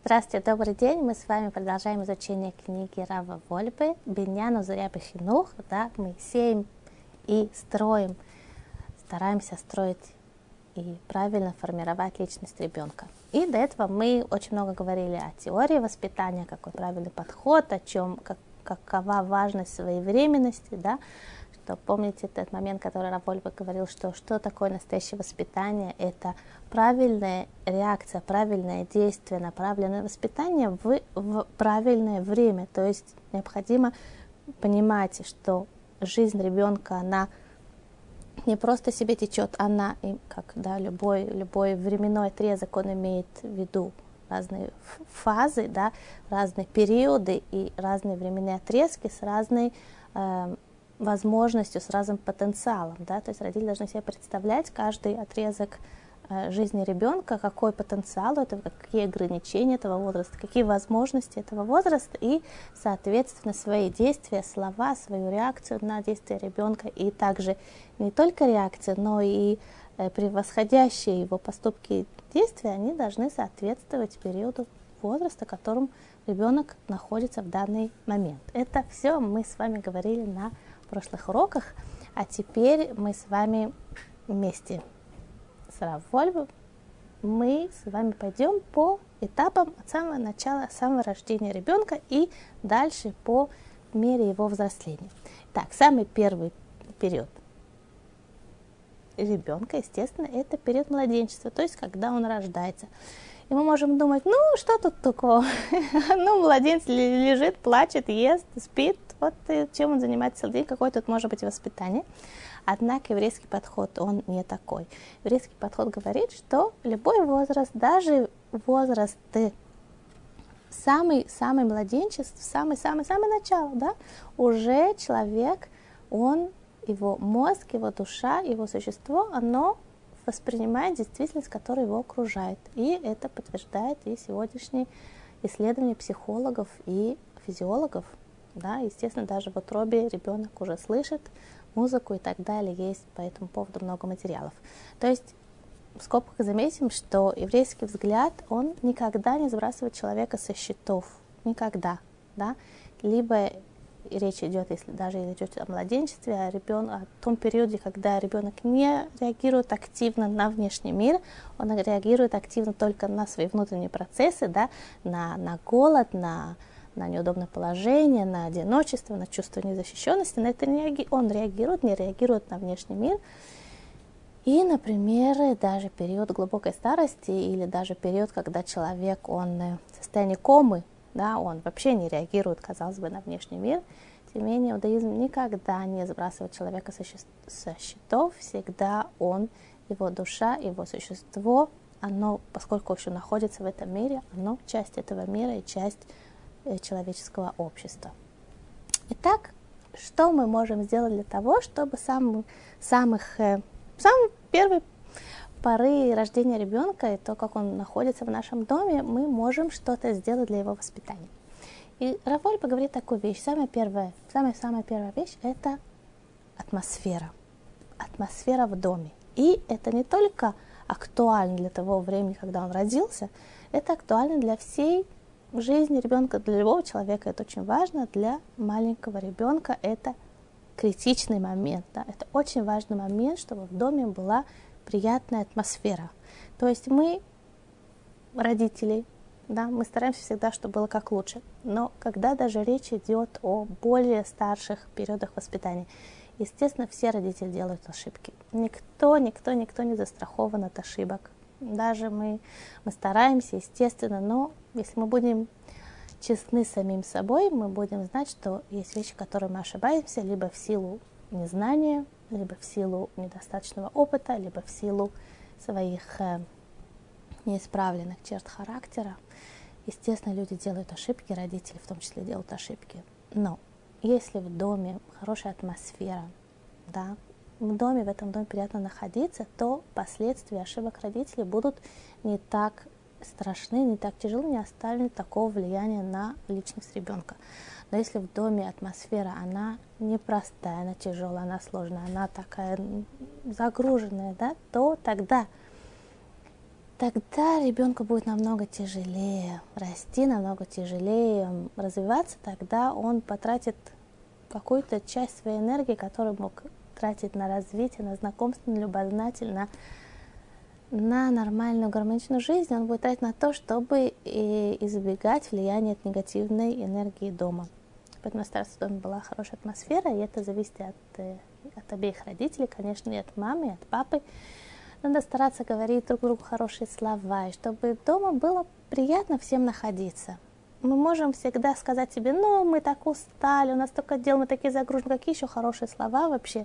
Здравствуйте, добрый день. Мы с вами продолжаем изучение книги Рава Вольпе «Биньян узуря бехинух». Да, мы сеем и строим, стараемся строить и правильно формировать личность ребенка. И до этого мы очень много говорили о теории воспитания, какой правильный подход, о чем, какова важность своевременности, да, что помните этот момент, который Рав Вольпе говорил, что такое настоящее воспитание, это правильная реакция, правильное действие, направленное воспитание в правильное время. То есть необходимо понимать, что жизнь ребенка, она не просто себе течет, она, как да, любой временной отрезок, он имеет в виду разные фазы, да, разные периоды и разные временные отрезки с разной возможностью, с разным потенциалом. Да? То есть родители должны себе представлять каждый отрезок жизни ребенка, какой потенциал этого, какие ограничения этого возраста, какие возможности этого возраста, и, соответственно, свои действия, слова, свою реакцию на действия ребенка, и также не только реакция, но и превосходящие его поступки и действия, они должны соответствовать периоду возраста, в котором ребенок находится в данный момент. Это все мы с вами говорили на прошлых уроках, а теперь мы с вами вместе с Рав Вольпе мы с вами пойдем по этапам от самого начала, самого рождения ребенка и дальше по мере его взросления. Так, самый первый период ребенка, естественно, это период младенчества, то есть когда он рождается. И мы можем думать, ну, что тут такого? Ну, младенец лежит, плачет, ест, спит. Вот чем он занимается целый день, какое тут может быть воспитание. Однако еврейский подход, он не такой. Еврейский подход говорит, что любой возраст, даже возраст самый младенчество, самый начало, да, уже человек, он, его мозг, его душа, его существо, оно воспринимает действительность, которая его окружает. И это подтверждает и сегодняшние исследования психологов и физиологов. Да, естественно, даже в утробе ребенок уже слышит музыку и так далее. Есть по этому поводу много материалов. То есть в скобках заметим, что еврейский взгляд, он никогда не сбрасывает человека со счетов. Никогда. Да? Либо речь идет, если даже идет о младенчестве, о том периоде, когда ребенок не реагирует активно на внешний мир, он реагирует активно только на свои внутренние процессы, да, на голод, на неудобное положение, на одиночество, на чувство незащищенности. На это он не реагирует на внешний мир. И, например, даже период глубокой старости или даже период, когда человек, он в состоянии комы, да, он вообще не реагирует, казалось бы, на внешний мир. Тем не менее, иудаизм никогда не сбрасывает человека со счетов. Всегда его душа, его существо, оно, поскольку еще находится в этом мире, оно часть этого мира и часть человеческого общества. Итак, что мы можем сделать для того, чтобы с самой первой поры рождения ребенка и то, как он находится в нашем доме, мы можем что-то сделать для его воспитания. И Рав Вольпе говорит такую вещь. Самая первая вещь – это атмосфера. Атмосфера в доме. И это не только актуально для того времени, когда он родился, это актуально для всей жизни ребенка, для любого человека. Это очень важно. Для маленького ребенка это критичный момент. Да? Это очень важный момент, чтобы в доме была приятная атмосфера. То есть мы, родители, да, мы стараемся всегда, чтобы было как лучше. Но когда даже речь идет о более старших периодах воспитания, естественно, все родители делают ошибки. Никто не застрахован от ошибок. Даже мы стараемся, естественно, но если мы будем честны с самим собой, мы будем знать, что есть вещи, в которые мы ошибаемся, либо в силу незнания, либо в силу недостаточного опыта, либо в силу своих неисправленных черт характера. Естественно, люди делают ошибки, родители в том числе делают ошибки. Но если в доме хорошая атмосфера, да, в этом доме приятно находиться, то последствия ошибок родителей будут не так страшны, не так тяжелы, не оставят такого влияния на личность ребенка. Но если в доме атмосфера, она непростая, она тяжелая, она сложная, она такая загруженная, да, то тогда тогда ребенку будет намного тяжелее расти, намного тяжелее развиваться, тогда он потратит какую-то часть своей энергии, которую мог тратить на развитие, на знакомство, на любознательность, на нормальную гармоничную жизнь, он будет тратить на то, чтобы избегать влияния от негативной энергии дома. Поэтому стараться в доме была хорошая атмосфера, и это зависит от обеих родителей, конечно, и от мамы, и от папы. Надо стараться говорить друг другу хорошие слова, и чтобы дома было приятно всем находиться. Мы можем всегда сказать себе: ну, мы так устали, у нас столько дел, мы такие загружены, какие еще хорошие слова вообще.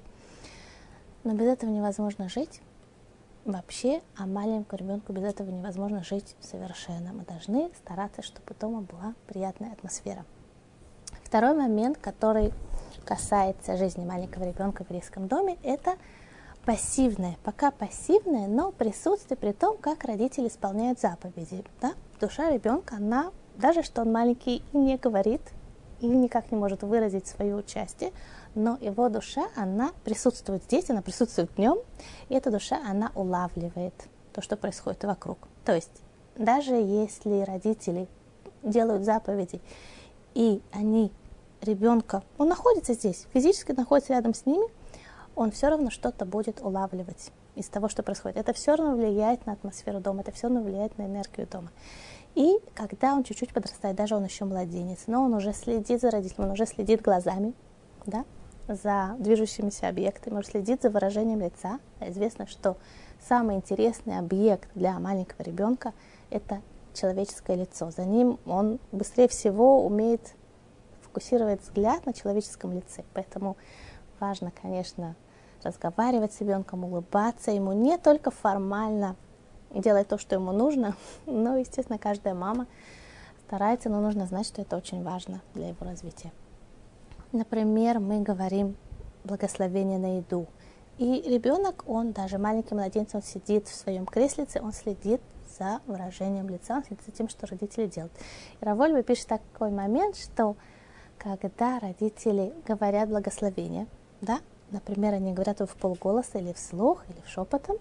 Но без этого невозможно жить вообще, а маленькому ребенку без этого невозможно жить совершенно. Мы должны стараться, чтобы дома была приятная атмосфера. Второй момент, который касается жизни маленького ребенка в еврейском доме, это пассивное, пока пассивное, но присутствие при том, как родители исполняют заповеди. Да? Душа ребенка, она, даже что он маленький и не говорит, и никак не может выразить свое участие, но его душа, она присутствует здесь, она присутствует в нем, и эта душа, она улавливает то, что происходит вокруг. То есть, даже если родители делают заповеди, и они ребенка, он находится здесь, физически находится рядом с ними, он все равно что-то будет улавливать из того, что происходит. Это все равно влияет на атмосферу дома, это все равно влияет на энергию дома. И когда он чуть-чуть подрастает, даже он еще младенец, но он уже следит за родителем, он уже следит глазами, да, за движущимися объектами, он следит за выражением лица. Известно, что самый интересный объект для маленького ребенка – это человеческое лицо. За ним он быстрее всего умеет фокусировать взгляд на человеческом лице. Поэтому важно, конечно, разговаривать с ребенком, улыбаться ему, не только формально делать то, что ему нужно, но, естественно, каждая мама старается, но нужно знать, что это очень важно для его развития. Например, мы говорим благословение на еду. И ребенок, он даже маленький младенец, он сидит в своем креслице, он следит за выражением лица, он следит за тем, что родители делают. И Рав Вольбе пишет такой момент, что когда родители говорят благословение, да, например, они говорят его в полголоса или вслух, или в шепотом,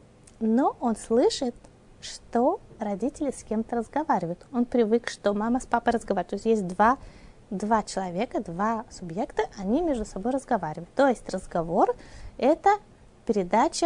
но он слышит, что родители с кем-то разговаривают. Он привык, что мама с папой разговаривают. То есть есть два человека, два субъекта, они между собой разговаривают. То есть разговор – это передача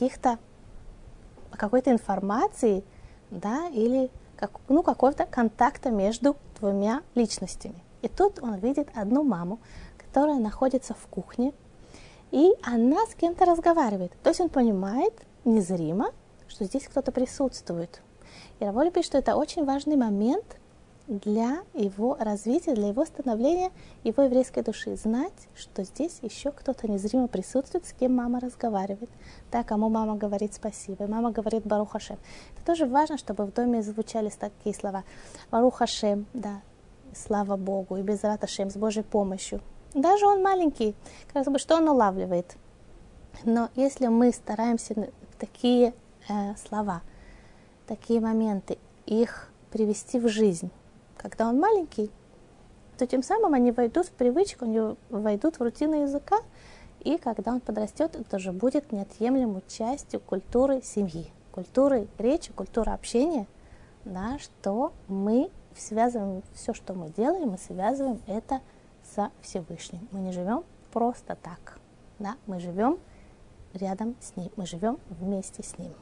какой-то информации, да, или какого-то контакта между двумя личностями. И тут он видит одну маму, которая находится в кухне, и она с кем-то разговаривает. То есть он понимает незримо, что здесь кто-то присутствует. И Рав Вольбе пишет, что это очень важный момент для его развития, для его становления, его еврейской души. Знать, что здесь еще кто-то незримо присутствует, с кем мама разговаривает. Да, кому мама говорит спасибо, мама говорит Барух Ашем. Это тоже важно, чтобы в доме звучали такие слова. Барух Ашем, да, слава Богу, и Безрат Ашем, с Божьей помощью. Даже он маленький, как бы что он улавливает. Но если мы стараемся такие слова, такие моменты, их привести в жизнь, когда он маленький, то тем самым они войдут в привычку, они войдут в рутину языка, и когда он подрастет, это уже будет неотъемлемой частью культуры семьи, культуры речи, культуры общения, да, что мы связываем, все, что мы делаем, мы связываем это со Всевышним. Мы не живем просто так, да, мы живем рядом с ним, мы живем вместе с ним.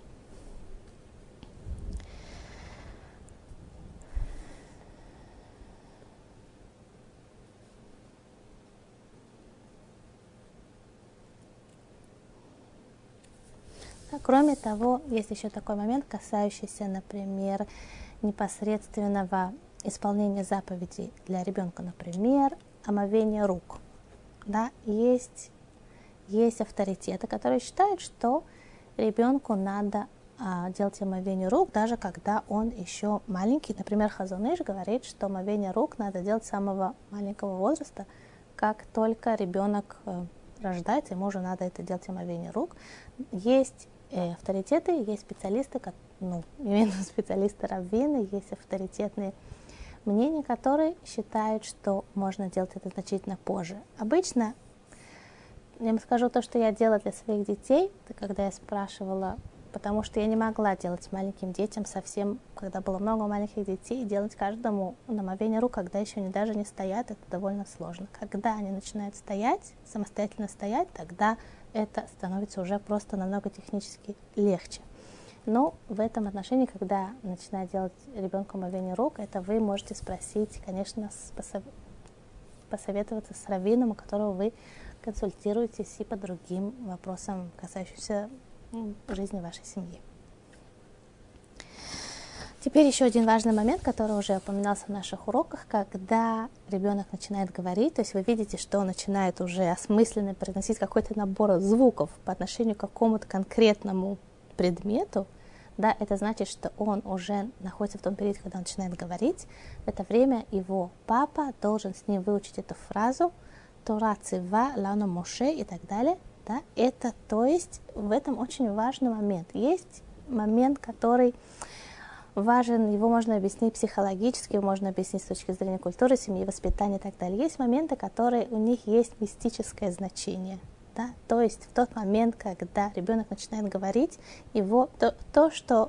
Кроме того, есть еще такой момент, касающийся, например, непосредственного исполнения заповедей для ребенка, например, омовение рук. Да, есть авторитеты, которые считают, что ребенку надо делать омовение рук, даже когда он еще маленький. Например, Хазон Иш говорит, что омовение рук надо делать с самого маленького возраста, как только ребенок рождается, ему уже надо это делать омовение рук. Есть авторитеты, есть специалисты, именно специалисты раввины, есть авторитетные мнения, которые считают, что можно делать это значительно позже. Обычно, я вам скажу то, что я делала для своих детей, когда я спрашивала потому что я не могла делать маленьким детям совсем, когда было много маленьких детей, делать каждому омовение рук, когда еще они даже не стоят, это довольно сложно. Когда они начинают стоять, самостоятельно стоять, тогда это становится уже просто намного технически легче. Но в этом отношении, когда начинает делать ребенку омовение рук, это вы можете спросить, конечно, посоветоваться с раввином, у которого вы консультируетесь, и по другим вопросам, касающимся жизни вашей семьи. Теперь еще один важный момент, который уже упоминался в наших уроках, когда ребенок начинает говорить, то есть вы видите, что он начинает уже осмысленно произносить какой-то набор звуков по отношению к какому-то конкретному предмету, да, это значит, что он уже находится в том периоде, когда он начинает говорить. В это время его папа должен с ним выучить эту фразу «Тора цива лану Моше» и так далее. Да? Это, то есть, в этом очень важный момент. Есть момент, который важен, его можно объяснить психологически, его можно объяснить с точки зрения культуры, семьи, воспитания и так далее. Есть моменты, которые у них есть мистическое значение. Да? То есть в тот момент, когда ребенок начинает говорить, его, то что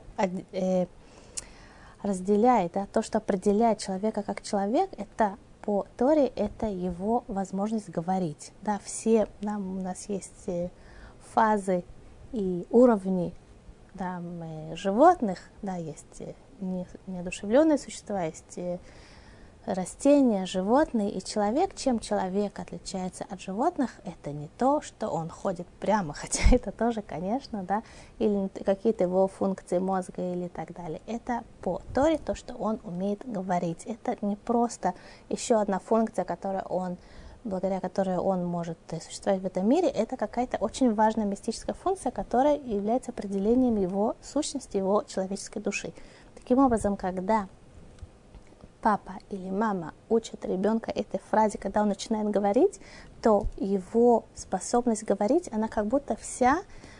разделяет, да, то, что определяет человека как человек, это по Торе, это его возможность говорить. Да? У нас есть фазы и уровни, да, животных, да, есть неодушевленные существа, есть растения, животные и человек. Чем человек отличается от животных, это не то, что он ходит прямо, хотя это тоже, конечно, да, или какие-то его функции мозга или так далее. Это по Торе то, что он умеет говорить. Это не просто еще одна функция, благодаря которой он может существовать в этом мире. Это какая-то очень важная мистическая функция, которая является определением его сущности, его человеческой души. Таким образом, когда папа или мама учат ребенка этой фразе, когда он начинает говорить, то его способность говорить, она как будто вся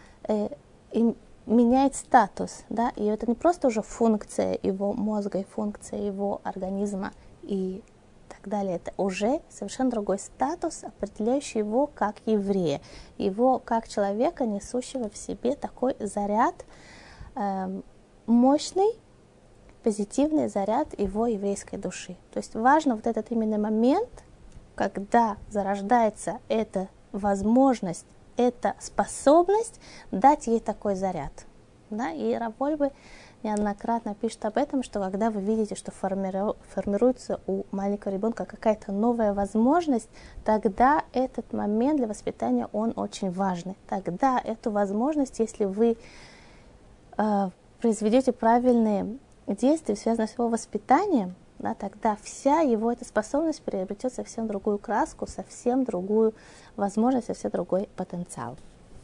меняет статус. Да? И это не просто уже функция его мозга и функция его организма и так далее. Это уже совершенно другой статус, определяющий его как еврея, его как человека, несущего в себе такой заряд мощный, позитивный заряд его еврейской души. То есть важно вот этот именно момент, когда зарождается эта возможность, эта способность дать ей такой заряд. Да? И Рав Вольбе неоднократно пишет об этом, что когда вы видите, что формируется у маленького ребенка какая-то новая возможность, тогда этот момент для воспитания, он очень важный. Тогда эту возможность, если вы произведете правильные действия, связанные с его воспитанием, да, тогда вся его эта способность приобретет совсем другую краску, совсем другую возможность, совсем другой потенциал.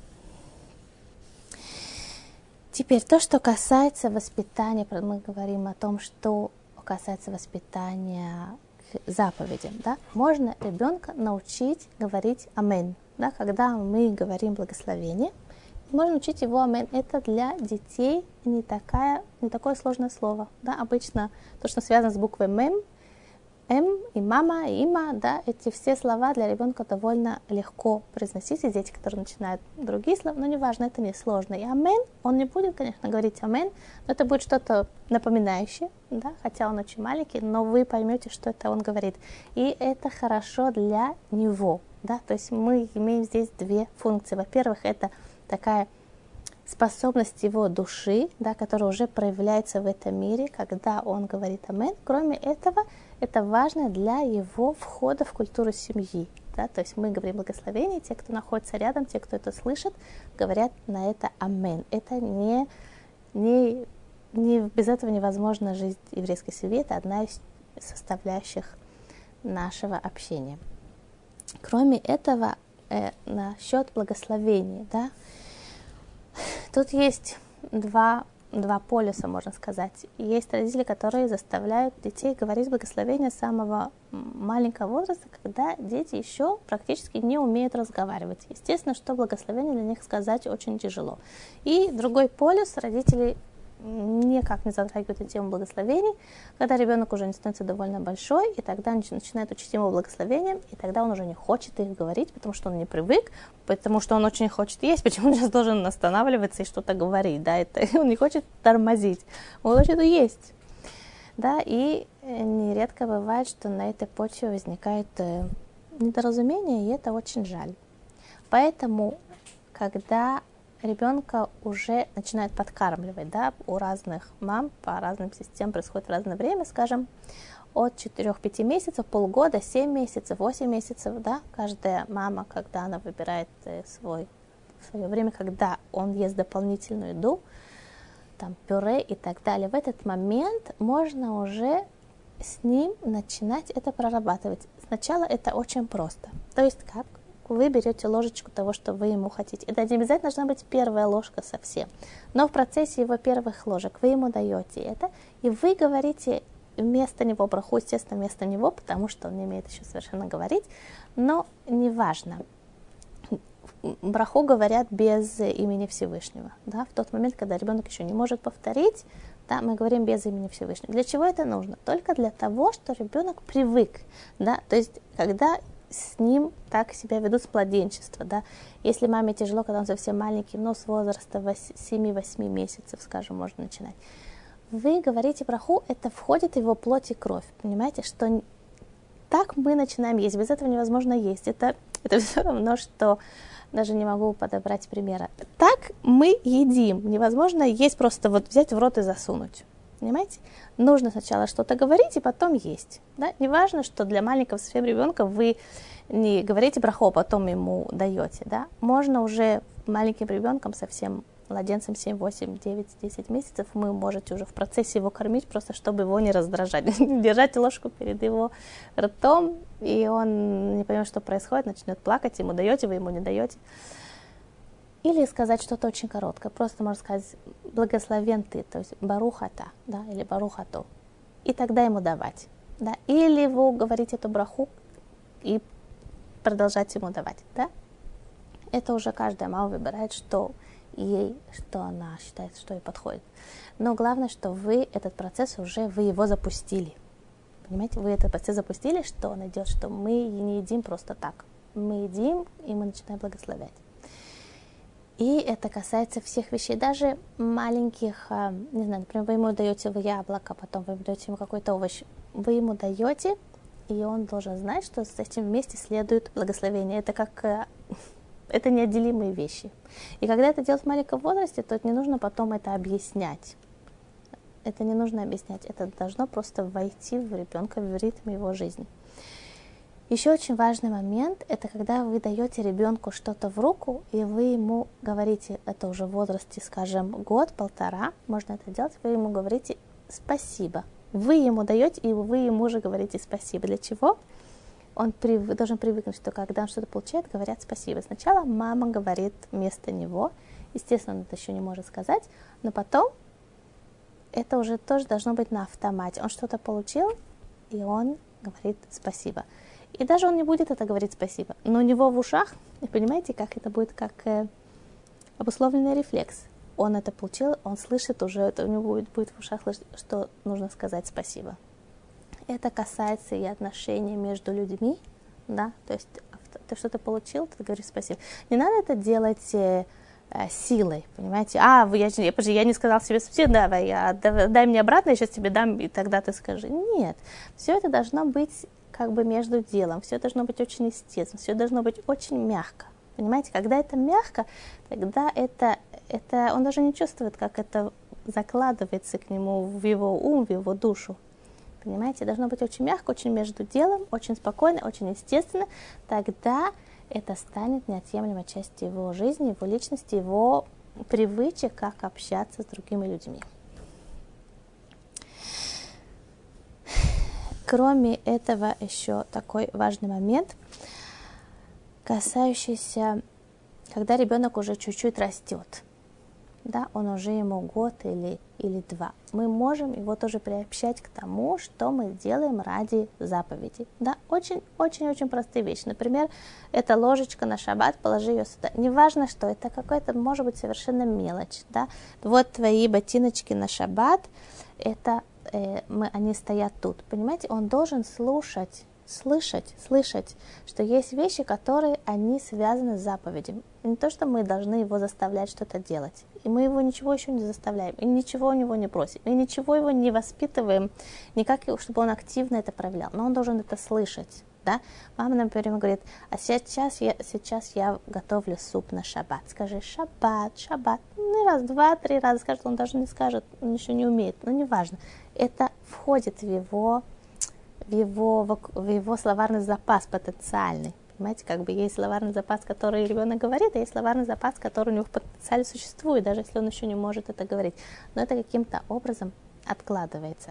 Теперь то, что касается воспитания, мы говорим о том, что касается воспитания к заповедям. Да? Можно ребенка научить говорить «Амен». Да? Когда мы говорим благословение, можно учить его «Амен». Это для детей не такое сложное слово. Да? Обычно то, что связано с буквой «Мем», «М» и «Мама», и «Има», да, эти все слова для ребенка довольно легко произносить. И дети, которые начинают другие слова, но неважно, это не сложно. И «Амен», он не будет, конечно, говорить «Амен», но это будет что-то напоминающее, да, хотя он очень маленький, но вы поймете, что это он говорит. И это хорошо для него. Да? То есть мы имеем здесь две функции. Во-первых, это такая способность его души, да, которая уже проявляется в этом мире, когда он говорит «Амен». Кроме этого, это важно для его входа в культуру семьи. Да? То есть мы говорим благословение, те, кто находится рядом, те, кто это слышит, говорят на это «Амен». Это без этого невозможна жизнь еврейской семьи. Это одна из составляющих нашего общения. Кроме этого, насчет благословения, да, тут есть два полюса, можно сказать. Есть родители, которые заставляют детей говорить благословение с самого маленького возраста, когда дети еще практически не умеют разговаривать. Естественно, что благословение для них сказать очень тяжело. И другой полюс, родители никак не затрагивают эту тему благословений, когда ребенок уже не становится довольно большой, и тогда начинает учить ему благословениям, и тогда он уже не хочет их говорить, потому что он не привык, потому что он очень хочет есть, почему он сейчас должен останавливаться и что-то говорить, да, он не хочет тормозить, он хочет есть, да, и нередко бывает, что на этой почве возникает недоразумение, и это очень жаль. Поэтому, когда ребенка уже начинают подкармливать, да, у разных мам по разным системам происходит в разное время, скажем, от 4-5 месяцев, полгода, 7 месяцев, 8 месяцев, да, каждая мама, когда она выбирает свое время, когда он ест дополнительную еду, там, пюре и так далее, в этот момент можно уже с ним начинать это прорабатывать. Сначала это очень просто, то есть как? Вы берете ложечку того, что вы ему хотите. Это не обязательно должна быть первая ложка совсем. Но в процессе его первых ложек вы ему даете это, и вы говорите вместо него браху, естественно, вместо него, потому что он не умеет еще совершенно говорить, но неважно. Браху говорят без имени Всевышнего. Да? В тот момент, когда ребенок еще не может повторить, да, мы говорим без имени Всевышнего. Для чего это нужно? Только для того, что ребенок привык. Да? То есть, когда с ним так себя ведут с младенчества, да. Если маме тяжело, когда он совсем маленький, но с возраста 7-8 месяцев, скажем, можно начинать. Вы говорите браху, это входит в его плоть и кровь. Понимаете, что так мы начинаем есть. Без этого невозможно есть. Это все равно, что даже не могу подобрать примера. Так мы едим. Невозможно есть просто вот взять в рот и засунуть. Понимаете? Нужно сначала что-то говорить и потом есть. Да? Не важно, что для маленького совсем ребенка вы не говорите браху, а потом ему даете. Да? Можно уже маленьким ребенком, совсем младенцем 7, 8, 9, 10 месяцев, вы можете уже в процессе его кормить, просто чтобы его не раздражать. Держать ложку перед его ртом, и он не поймет, что происходит, начнет плакать, ему даете, вы ему не даете. Или сказать что-то очень короткое. Просто можно сказать «благословен ты», то есть «барухата», да, или «барухато». И тогда ему давать. Да. Или вы говорите эту браху и продолжать ему давать. Да. Это уже каждая мама выбирает, что она считает, что ей подходит. Но главное, что вы этот процесс вы его запустили. Понимаете, вы этот процесс запустили, что он идет, что мы не едим просто так. Мы едим, и мы начинаем благословлять. И это касается всех вещей, даже маленьких, не знаю, например, вы ему даете яблоко, потом вы даете ему какой-то овощ, вы ему даете, и он должен знать, что с этим вместе следует благословение. Это неотделимые вещи. И когда это делать в маленьком возрасте, то не нужно потом это объяснять. Это не нужно объяснять, это должно просто войти в ребенка, в ритм его жизни. Еще очень важный момент, это когда вы даете ребенку что-то в руку, и вы ему говорите, это уже в возрасте, скажем, год-полтора, можно это делать, вы ему говорите спасибо. Вы ему даете, и вы ему же говорите спасибо. Для чего? Он должен привыкнуть, что когда он что-то получает, говорят спасибо. Сначала мама говорит вместо него, естественно, он это еще не может сказать, но потом это уже тоже должно быть на автомате. Он что-то получил, и он говорит спасибо. И даже он не будет это говорить спасибо, но у него в ушах, понимаете, как это будет, как обусловленный рефлекс. Он это получил, он слышит уже, это у него будет в ушах, что нужно сказать спасибо. Это касается и отношений между людьми, да, то есть ты что-то получил, ты говоришь спасибо. Не надо это делать силой, понимаете? Я не сказал себе спасибо, дай мне обратно, я сейчас тебе дам, и тогда ты скажи. Нет, все это должно быть как бы между делом, все должно быть очень естественно, все должно быть очень мягко. Понимаете, когда это мягко, тогда это он даже не чувствует, как это закладывается к нему в его ум, в его душу. Понимаете, должно быть очень мягко, очень между делом, очень спокойно, очень естественно. Тогда это станет неотъемлемой частью его жизни, его личности, его привычек, как общаться с другими людьми. Кроме этого, еще такой важный момент, касающийся, когда ребенок уже чуть-чуть растет. Да, он уже ему год или или 2. Мы можем его тоже приобщать к тому, что мы делаем ради заповедей. Да, очень-очень-очень простые вещи. Например, эта ложечка на шаббат, положи ее сюда. Неважно, что это какой-то, может быть, совершенно мелочь. Да? Вот твои ботиночки на шаббат, это они стоят тут. Понимаете, он должен слышать, что есть вещи, которые они связаны с заповедью. Не то, что мы должны его заставлять что-то делать. И мы его ничего еще не заставляем, и ничего у него не просим, и ничего его не воспитываем, никак, чтобы он активно это проявлял. Но он должен это слышать. Да? Мама, например, говорит, а сейчас я готовлю суп на шаббат. Скажи шаббат. Ну, раз, 2, 3 раза скажет, он даже не скажет, он еще не умеет, но неважно. Это входит в его словарный запас потенциальный. Понимаете, как бы есть словарный запас, который ребенок говорит, а есть словарный запас, который у него в потенциале существует, даже если он еще не может это говорить. Но это каким-то образом откладывается.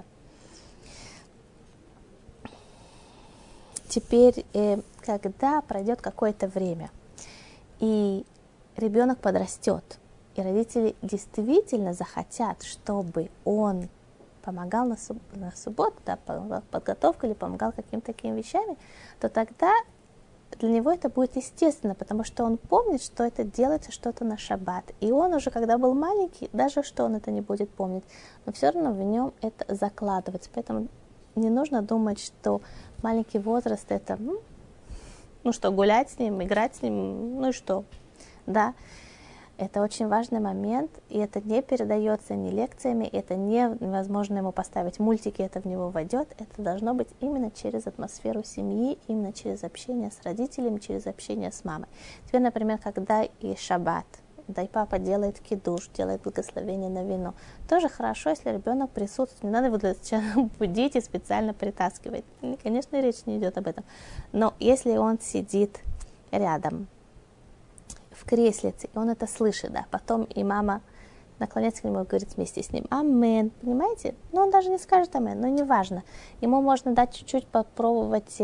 Теперь, когда пройдет какое-то время, и ребенок подрастет, и родители действительно захотят, чтобы он помогал на субботу, да, подготовка или помогал каким-то таким вещами, то тогда для него это будет естественно, потому что он помнит, что это делается что-то на шаббат. И он уже, когда был маленький, даже что он это не будет помнить, но все равно в нем это закладывается. Поэтому не нужно думать, что маленький возраст это, что, гулять с ним, играть с ним, ну и что, да. Это очень важный момент, и это не передается ни лекциями, это невозможно ему поставить мультики, это в него войдет. Это должно быть именно через атмосферу семьи, именно через общение с родителями, через общение с мамой. Теперь, например, когда и шаббат, да и папа делает кидуш, делает благословение на вино, тоже хорошо, если ребенок присутствует, не надо его будить и специально притаскивать. Конечно, речь не идет об этом. Но если он сидит рядом, в креслице, и он это слышит, да, потом и мама наклоняется к нему и говорит вместе с ним «Амен», понимаете? Но он даже не скажет «Амен», но неважно. Ему можно дать чуть-чуть попробовать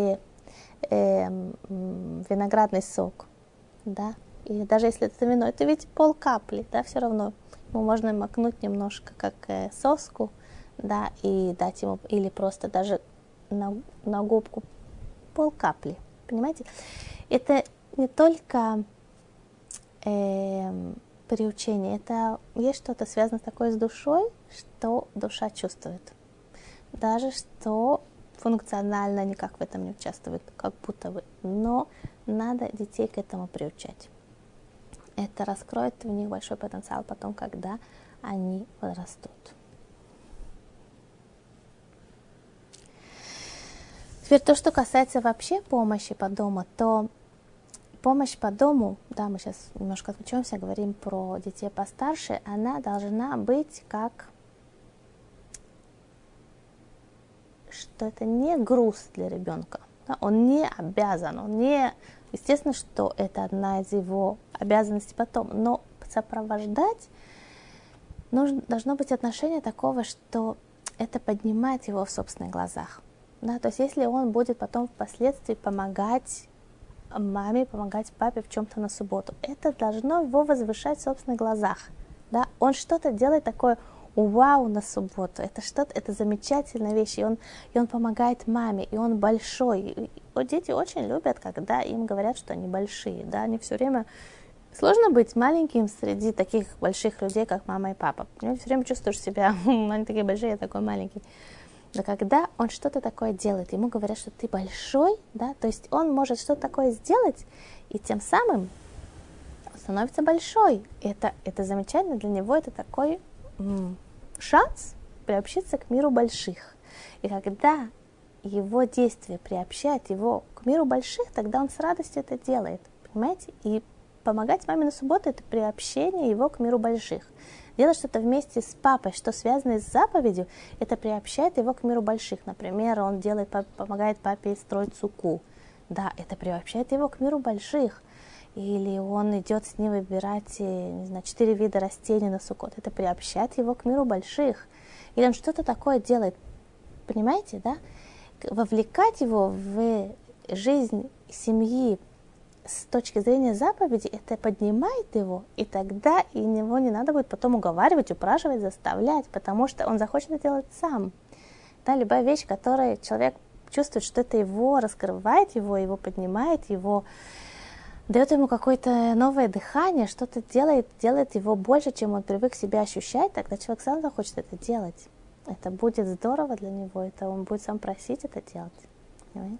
виноградный сок, да, и даже если это вино, это ведь полкапли, да, все равно. Ему можно макнуть немножко, как соску, да, и дать ему, или просто даже на губку полкапли, понимаете? Это не только приучение, это есть что-то связано такое с душой, что душа чувствует. Даже что функционально никак в этом не участвует, как будто бы. Но надо детей к этому приучать. Это раскроет в них большой потенциал потом, когда они подрастут. Теперь то, что касается вообще помощи по дому, то помощь по дому, да, мы сейчас немножко отвлечемся, говорим про детей постарше, она должна быть как, что это не груз для ребенка, да, он не обязан, естественно, что это одна из его обязанностей потом, но сопровождать должно быть отношение такого, что это поднимает его в собственных глазах, да, то есть если он будет потом впоследствии помогать маме, помогать папе в чем-то на субботу. Это должно его возвышать в собственных глазах. Да? Он что-то делает такое вау на субботу. Это замечательная вещь. И он помогает маме, и он большой. И дети очень любят, когда им говорят, что они большие. Да? Они все время... Сложно быть маленьким среди таких больших людей, как мама и папа. Ты все время чувствуешь себя, они такие большие, я такой маленький. Но когда он что-то такое делает, ему говорят, что ты большой, да, то есть он может что-то такое сделать, и тем самым он становится большой. Это замечательно, для него это такой шанс приобщиться к миру больших. И когда его действие приобщает его к миру больших, тогда он с радостью это делает, понимаете? И помогать маме на субботу – это приобщение его к миру больших. Делать что-то вместе с папой, что связано с заповедью, это приобщает его к миру больших. Например, он помогает папе строить суку. Да, это приобщает его к миру больших. Или он идет с ним выбирать, не знаю, 4 вида растений на суккот. Это приобщает его к миру больших. Или он что-то такое делает, понимаете, да? Вовлекать его в жизнь семьи с точки зрения заповеди это поднимает его, и тогда его не надо будет потом уговаривать, упрашивать, заставлять, потому что он захочет это делать сам. Да, любая вещь, которой человек чувствует, что это его раскрывает, его поднимает, его дает ему какое-то новое дыхание, что-то делает его больше, чем он привык себя ощущать, тогда человек сам захочет это делать. Это будет здорово для него, это он будет сам просить это делать. Понимаете?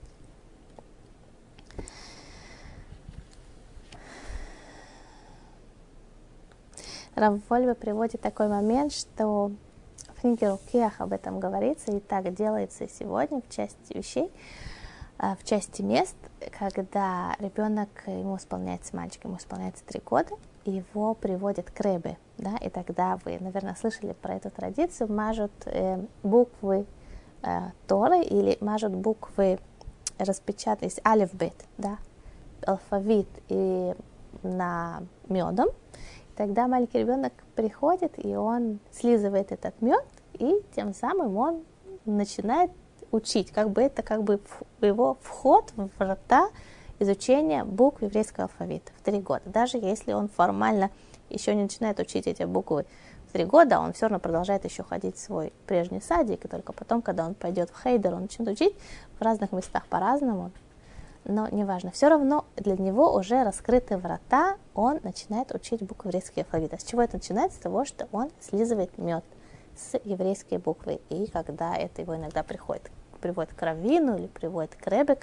Рав Вольбе приводит такой момент, что в книге Рукеах об этом говорится, и так делается и сегодня в части вещей, в части мест, когда ребенок, ему исполняется, мальчик, ему исполняется 3 года, и его приводят к ребе, да, и тогда вы, наверное, слышали про эту традицию, мажут буквы Торы или мажут буквы распечатанные, алефбет, да, алфавит и на медом. Тогда маленький ребенок приходит, и он слизывает этот мед, и тем самым он начинает учить. Это его вход в врата изучения букв еврейского алфавита в 3 года. Даже если он формально еще не начинает учить эти буквы в 3 года, он все равно продолжает еще ходить в свой прежний садик, и только потом, когда он пойдет в хейдер, он начнет учить в разных местах по-разному. Но неважно, все равно для него уже раскрыты врата, он начинает учить буквы еврейского алфавита. С чего это начинается? С того, что он слизывает мед с еврейской буквы. И когда это его иногда приводит к раввину или приводит к ребе,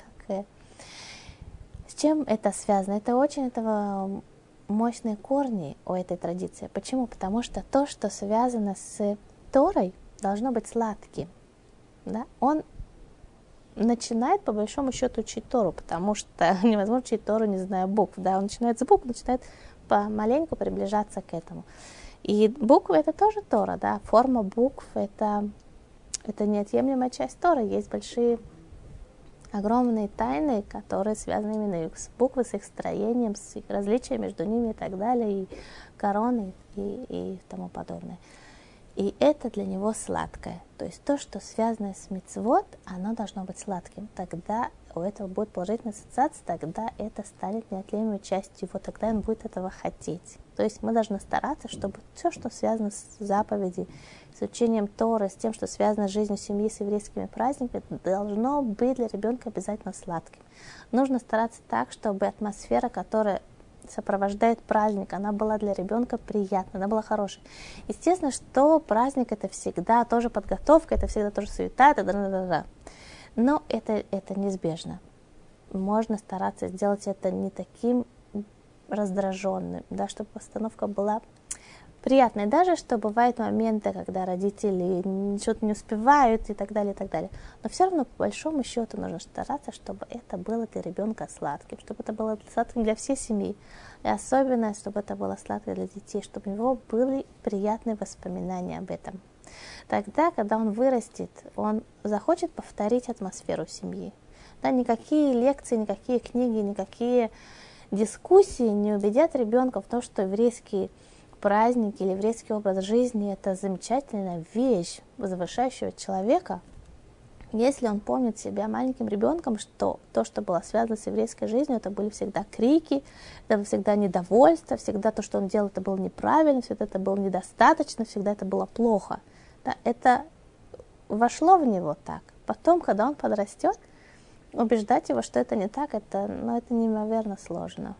с чем это связано? Это очень мощные корни у этой традиции. Почему? Потому что то, что связано с Торой, должно быть сладким. Да? Он начинает, по большому счету, учить Тору, потому что невозможно учить Тору, не зная букв. Да? Он начинает с букв, начинает помаленьку приближаться к этому. И буквы — это тоже Тора, да? Форма букв — это неотъемлемая часть Торы. Есть большие, огромные тайны, которые связаны именно с буквой, с их строением, с их различием между ними и так далее, и короны и тому подобное. И это для него сладкое. То есть то, что связано с мицвот, оно должно быть сладким. Тогда у этого будет положительная ассоциация, тогда это станет неотъемлемой частью его, тогда он будет этого хотеть. То есть мы должны стараться, чтобы все, что связано с заповедью, с учением Торы, с тем, что связано с жизнью семьи, с еврейскими праздниками, должно быть для ребенка обязательно сладким. Нужно стараться так, чтобы атмосфера, которая сопровождает праздник, она была для ребенка приятной, она была хорошей. Естественно, что праздник — это всегда тоже подготовка, это всегда тоже суета, но это неизбежно. Можно стараться сделать это не таким раздраженным, да, чтобы постановка была приятной. Даже что бывают моменты, когда родители что-то не успевают и так далее, и так далее. Но все равно, по большому счету, нужно стараться, чтобы это было для ребенка сладким, чтобы это было сладким для всей семьи. И особенно, чтобы это было сладким для детей, чтобы у него были приятные воспоминания об этом. Тогда, когда он вырастет, он захочет повторить атмосферу семьи. Да, никакие лекции, никакие книги, никакие дискуссии не убедят ребенка в том, что еврейские праздники или еврейский образ жизни — это замечательная вещь, возвышающая человека. Если он помнит себя маленьким ребенком, что то, что было связано с еврейской жизнью, это были всегда крики, это было всегда недовольство, всегда то, что он делал, это было неправильно, всегда это было недостаточно, всегда это было плохо. Да, это вошло в него так. Потом, когда он подрастет, убеждать его, что это не так, это неимоверно сложно.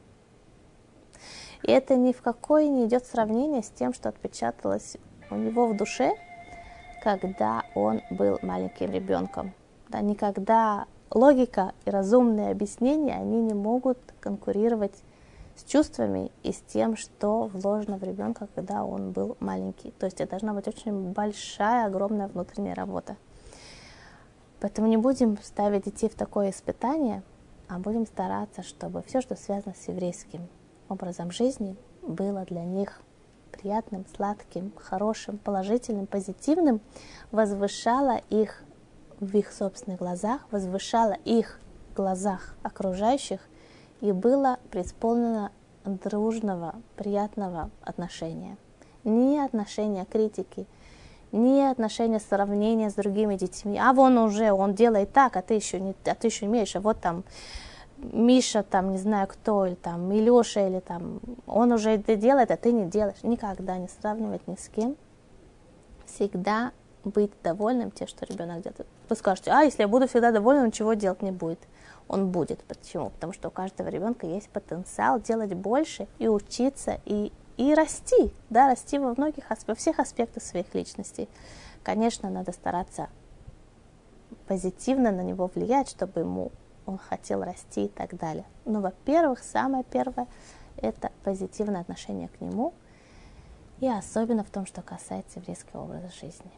И это ни в какое не идет сравнение с тем, что отпечаталось у него в душе, когда он был маленьким ребенком. Да, никогда логика и разумные объяснения, они не могут конкурировать с чувствами и с тем, что вложено в ребенка, когда он был маленький. То есть это должна быть очень большая, огромная внутренняя работа. Поэтому не будем ставить детей в такое испытание, а будем стараться, чтобы все, что связано с еврейским образом жизни, было для них приятным, сладким, хорошим, положительным, позитивным, возвышало их в их собственных глазах, возвышало их в глазах окружающих и было преисполнено дружного, приятного отношения. Ни отношения критики, ни отношения сравнения с другими детьми. А вон уже, он делает так, а ты еще не умеешь, а вот там Миша, там, не знаю кто, или там Илюша, или там, он уже это делает, а ты не делаешь. Никогда не сравнивать ни с кем. Всегда быть довольным тем, что ребенок делает. Вы скажете, если я буду всегда довольна, он ничего делать не будет. Он будет. Почему? Потому что у каждого ребенка есть потенциал делать больше и учиться, и расти, да, расти во всех аспектах своих личностей. Конечно, надо стараться позитивно на него влиять, чтобы он хотел расти и так далее. Но, во-первых, самое первое – это позитивное отношение к нему, и особенно в том, что касается еврейского образа жизни.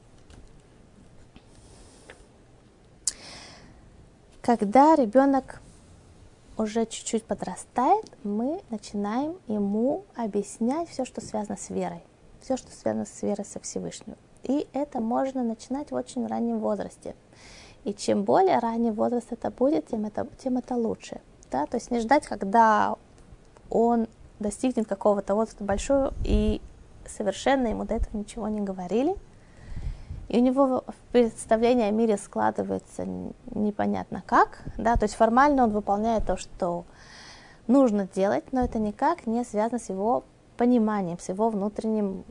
Когда ребенок уже чуть-чуть подрастает, мы начинаем ему объяснять все, что связано с верой, все, что связано с верой со Всевышним. И это можно начинать в очень раннем возрасте. И чем более ранний возраст это будет, тем это лучше. Да? То есть не ждать, когда он достигнет какого-то возраста большого, и совершенно ему до этого ничего не говорили. И у него представление о мире складывается непонятно как. Да? То есть формально он выполняет то, что нужно делать, но это никак не связано с его пониманием, с его внутренним.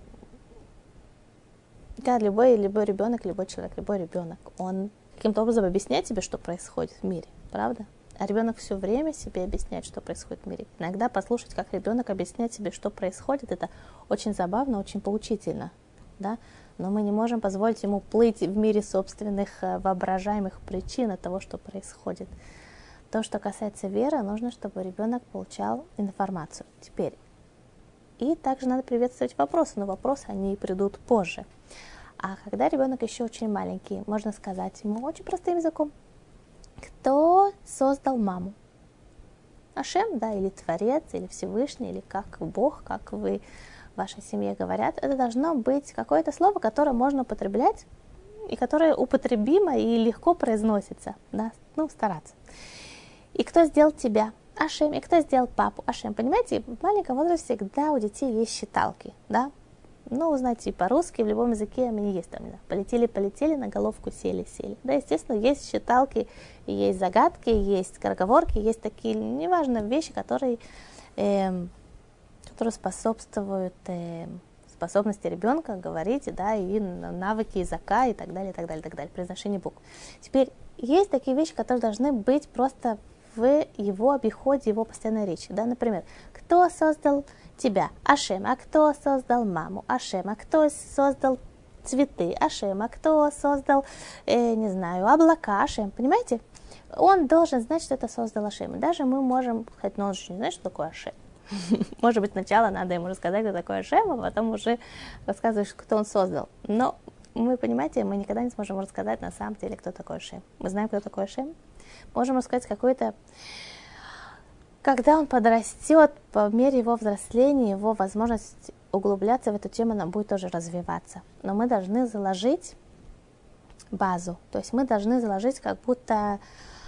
Да, любой ребенок, любой человек, любой ребенок, он каким-то образом объясняет себе, что происходит в мире, правда? А ребенок все время себе объясняет, что происходит в мире. Иногда послушать, как ребенок объясняет себе, что происходит, это очень забавно, очень поучительно, да? Но мы не можем позволить ему плыть в мире собственных воображаемых причин от того, что происходит. То, что касается веры, нужно, чтобы ребенок получал информацию. Теперь. И также надо приветствовать вопросы, но вопросы, они придут позже. А когда ребенок еще очень маленький, можно сказать ему очень простым языком: кто создал маму? Ашем, да, или Творец, или Всевышний, или как Бог, как вы в вашей семье говорят. Это должно быть какое-то слово, которое можно употреблять, и которое употребимо и легко произносится, да, стараться. И кто сделал тебя? Ашем. И кто сделал папу? Ашем. Понимаете, в маленьком возрасте всегда у детей есть считалки, да? Вы знаете, по-русски, в любом языке они есть там, да? Полетели, на головку сели. Да, естественно, есть считалки, есть загадки, есть скороговорки, есть такие, неважно, вещи, которые способствуют способности ребенка говорить, да, и навыки языка и так далее, произношение букв. Теперь, есть такие вещи, которые должны быть просто в его обиходе, его постоянной речи. Да? Например, кто создал тебя? Ашем. А кто создал маму? Ашем. А кто создал цветы? Ашем. А кто создал, не знаю, облака? Ашем. Понимаете? Он должен знать, что это создал Ашем. И даже мы можем сказать, но он же не знает, что такое Ашем. Может быть, сначала надо ему рассказать, кто такой Ашем, а потом уже рассказываешь, кто он создал. Но мы, понимаете, мы никогда не сможем рассказать на самом деле, кто такой Ашем. Мы знаем, кто такой Ашем. Можем рассказать какой-то, когда он подрастет, по мере его взросления, его возможность углубляться в эту тему, она будет тоже развиваться. Но мы должны заложить базу, то есть мы должны заложить как будто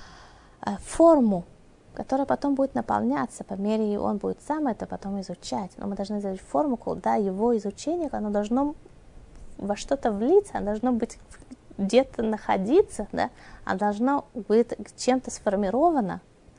форму, которая потом будет наполняться, по мере он будет сам это потом изучать. Но мы должны заложить форму, куда его изучение, оно должно во что-то влиться, оно должно быть где-то находиться, да, а должно быть чем-то сформировано.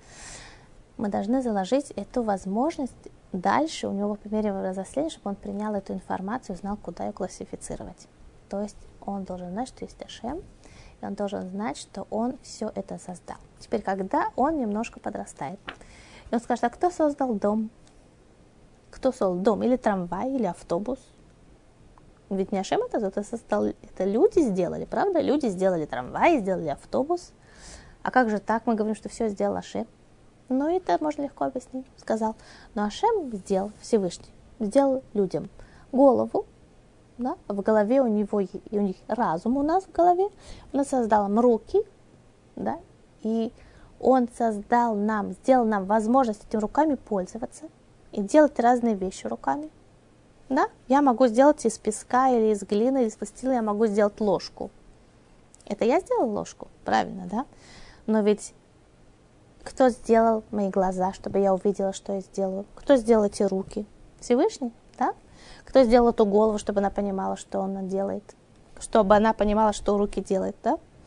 Мы должны заложить эту возможность дальше у него по мере взросления, чтобы он принял эту информацию, знал, куда ее классифицировать. То есть он должен знать, что есть Ашем, и он должен знать, что он все это создал. Теперь, когда он немножко подрастает, и он скажет, а кто создал дом? Кто создал дом? Или трамвай, или автобус? Ведь не Ашем это создал, это люди сделали, правда? Люди сделали трамвай, сделали автобус. А как же так? Мы говорим, что все сделал Ашем. Это можно легко объяснить, сказал. Но Ашем сделал, Всевышний, сделал людям голову, да? В голове у них разум у нас в голове. Он создал нам руки, да? И он сделал нам возможность этими руками пользоваться и делать разные вещи руками. Да? Я могу сделать из песка или из глины, или из пластилина, я могу сделать ложку. Это я сделала ложку, правильно, да? Но ведь кто сделал мои глаза, чтобы я увидела, что я сделаю? Кто сделал эти руки? Всевышний, да? Кто сделал эту голову, чтобы она понимала, что она делает? Чтобы она понимала, что руки делают, да?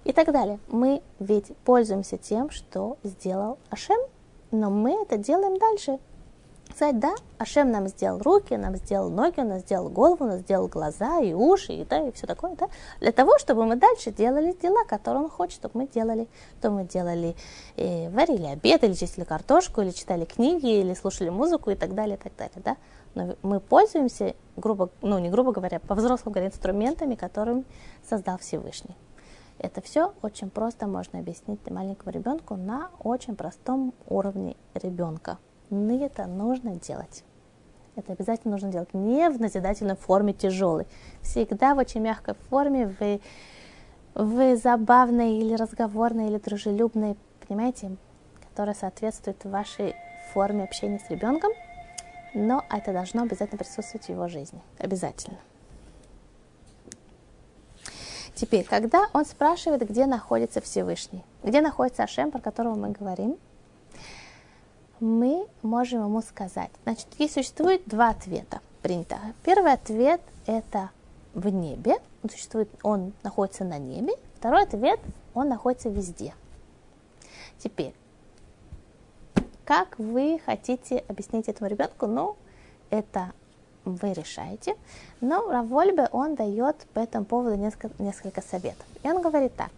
и так далее. Мы ведь пользуемся тем, что сделал Ашем, но мы это делаем дальше. Сказать, да, Ашем нам сделал руки, нам сделал ноги, он нам сделал голову, он нам сделал глаза и уши, и все такое, да, для того, чтобы мы дальше делали дела, которые он хочет, чтобы мы делали. Чтобы мы делали, варили обед, или чистили картошку, или читали книги, или слушали музыку и так далее, да. Но мы пользуемся, не грубо говоря, по-взрослому говоря, инструментами, которыми создал Всевышний. Это все очень просто можно объяснить маленькому ребенку на очень простом уровне ребенка. Но это нужно делать. Это обязательно нужно делать. Не в назидательной форме тяжелой. Всегда в очень мягкой форме, в забавной или разговорной, или дружелюбной, понимаете, которая соответствует вашей форме общения с ребенком. Но это должно обязательно присутствовать в его жизни. Обязательно. Теперь, когда он спрашивает, где находится Всевышний, где находится Ашем, про которого мы говорим, мы можем ему сказать. Значит, здесь существует два ответа принято. Первый ответ – это в небе. Он находится на небе. Второй ответ – он находится везде. Теперь, как вы хотите объяснить этому ребенку? Это вы решаете. Но Рав Вольбе, он дает по этому поводу несколько советов. И он говорит так.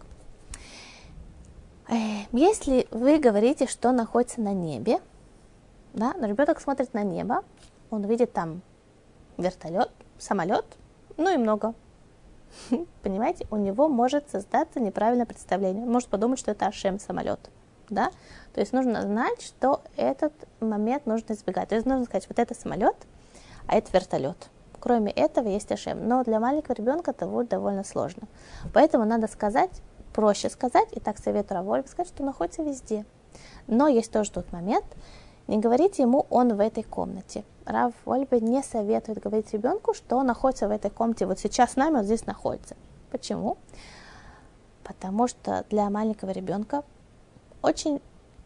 Если вы говорите, что находится на небе, да, но ребенок смотрит на небо, он видит там вертолет, самолет, и много. Понимаете, у него может создаться неправильное представление. Он может подумать, что это Ашем самолет. Да? То есть нужно знать, что этот момент нужно избегать. То есть нужно сказать, вот это самолет, а это вертолет. Кроме этого есть Ашем. Но для маленького ребенка это будет довольно сложно. Поэтому надо сказать, проще сказать, и так советую Рав Вольбе сказать, что находится везде. Но есть тоже тот момент, не говорите ему, он в этой комнате. Рав Вольбе не советует говорить ребенку, что он находится в этой комнате, вот сейчас с нами он здесь находится. Почему? Потому что для маленького ребенка очень,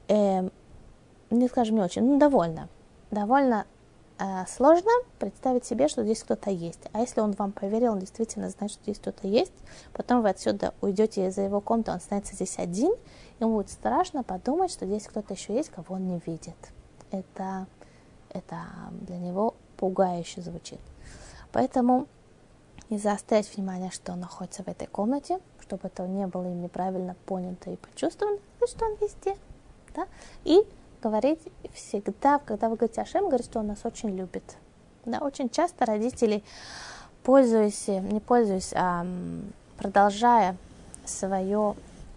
довольно сложно представить себе, что здесь кто-то есть. А если он вам поверил, он действительно знает, что здесь кто-то есть, потом вы отсюда уйдете из-за его комнаты, он останется здесь один, ему будет страшно подумать, что здесь кто-то еще есть, кого он не видит. Это для него пугающе звучит. Поэтому не заострять внимание, что он находится в этой комнате, чтобы это не было им неправильно понято и почувствовано, что он везде. Да? И говорить всегда, когда вы говорите Ашем, говорить, что он нас очень любит. Да? Очень часто родители, продолжая свое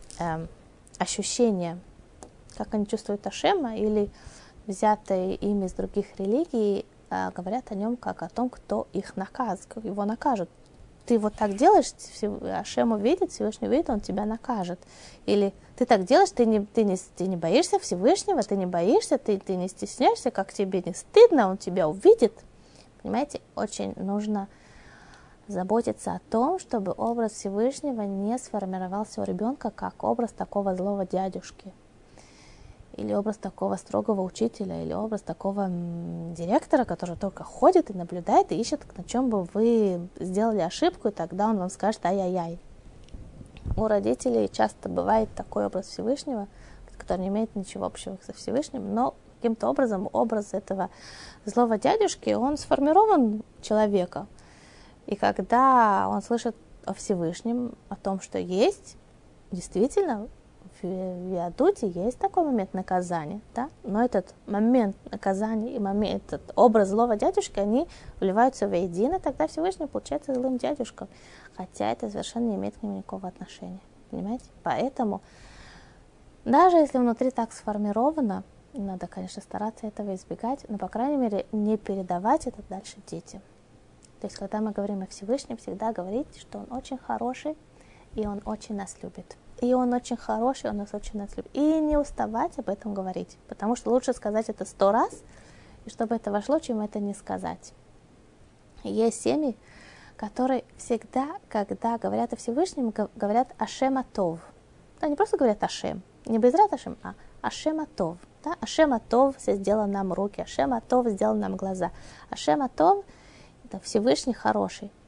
ощущение, как они чувствуют Ашема, или взятые ими из других религий, говорят о нем как о том, кто его накажет. Ты вот так делаешь, Ашем увидит, Всевышний увидит, он тебя накажет. Или ты так делаешь, ты не боишься Всевышнего, ты не боишься, ты не стесняешься, как тебе не стыдно, он тебя увидит. Понимаете, очень нужно заботиться о том, чтобы образ Всевышнего не сформировался у ребенка как образ такого злого дядюшки, или образ такого строгого учителя, или образ такого директора, который только ходит и наблюдает, и ищет, на чем бы вы сделали ошибку, и тогда он вам скажет ай-яй-яй. У родителей часто бывает такой образ Всевышнего, который не имеет ничего общего со Всевышним, но каким-то образом образ этого злого дядюшки, он сформирован человека. И когда он слышит о Всевышнем, о том, что есть, действительно, в Иадуте есть такой момент наказания, да? Но этот момент наказания и этот образ злого дядюшки, они вливаются воедино, тогда Всевышний получается злым дядюшкой, хотя это совершенно не имеет к нему никакого отношения, понимаете? Поэтому, даже если внутри так сформировано, надо, конечно, стараться этого избегать, но, по крайней мере, не передавать это дальше детям. То есть, когда мы говорим о Всевышнем, всегда говорите, что он очень хороший, и он очень нас любит. И он очень хороший, он нас очень нас любит. И не уставать об этом говорить, потому что лучше сказать это 100 раз, и чтобы это вошло, чем это не сказать. Есть семьи, которые всегда, когда говорят о Всевышнем, говорят Ашем Атов. Да, не просто говорят Ашем, не Безрат Ашем, а Ашем Атов. Да? Ашем Атов сделал нам руки, Ашем Атов сделал нам глаза. Ашем Атов — это Всевышний хороший.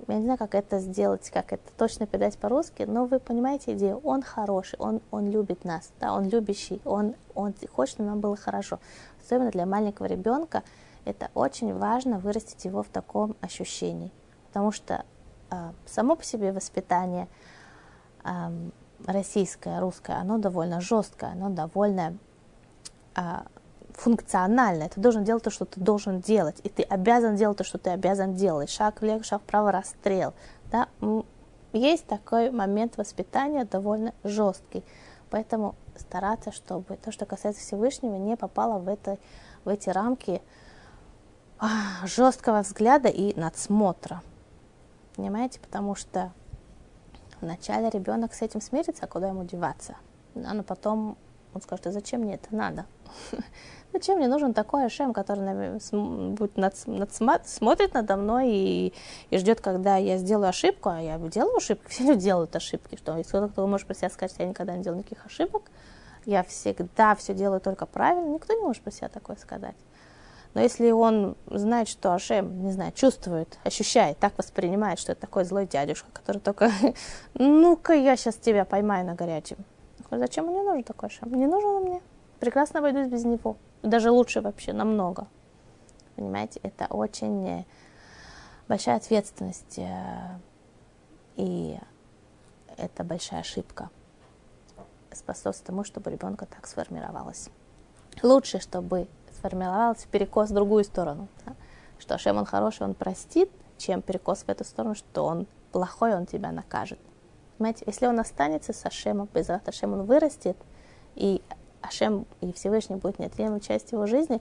Я не знаю, как это сделать, как это точно передать по-русски, но вы понимаете идею. Он хороший, он любит нас, да, он любящий, он хочет, чтобы нам было хорошо. Особенно для маленького ребенка это очень важно вырастить его в таком ощущении. Потому что само по себе воспитание российское, русское, оно довольно жесткое, оно довольно функциональное. Ты должен делать то, что ты должен делать, и ты обязан делать то, что ты обязан делать. Шаг влево, шаг вправо, расстрел. Да? Есть такой момент воспитания довольно жесткий. Поэтому стараться, чтобы то, что касается Всевышнего, не попало в эти рамки жесткого взгляда и надсмотра. Понимаете? Потому что вначале ребенок с этим смирится, а куда ему деваться? Но потом он скажет: а зачем мне это надо? Зачем мне нужен такой Ашем, который смотрит надо мной и ждет, когда я сделаю ошибку, а я делаю ошибки, все люди делают ошибки. Что, если кто-то может про себя сказать: я никогда не делал никаких ошибок, я всегда все делаю только правильно, никто не может про себя такое сказать. Но если он знает, что Ашем, не знаю, чувствует, ощущает, так воспринимает, что это такой злой дядюшка, который только: ну-ка, я сейчас тебя поймаю на горячем. Зачем мне нужен такой Ашем? Не нужен он мне. Прекрасно обойдусь без него. Даже лучше вообще, намного. Понимаете, это очень большая ответственность. И это большая ошибка. Способствует тому, чтобы ребенка так сформировалось. Лучше, чтобы сформировался перекос в другую сторону. Да? Что Ашем, он хороший, он простит, чем перекос в эту сторону, что он плохой, он тебя накажет. Понимаете, если он останется с Ашемом, без Ашем он вырастет, и Ашем и Всевышний будет неотъемлемой частью его жизни,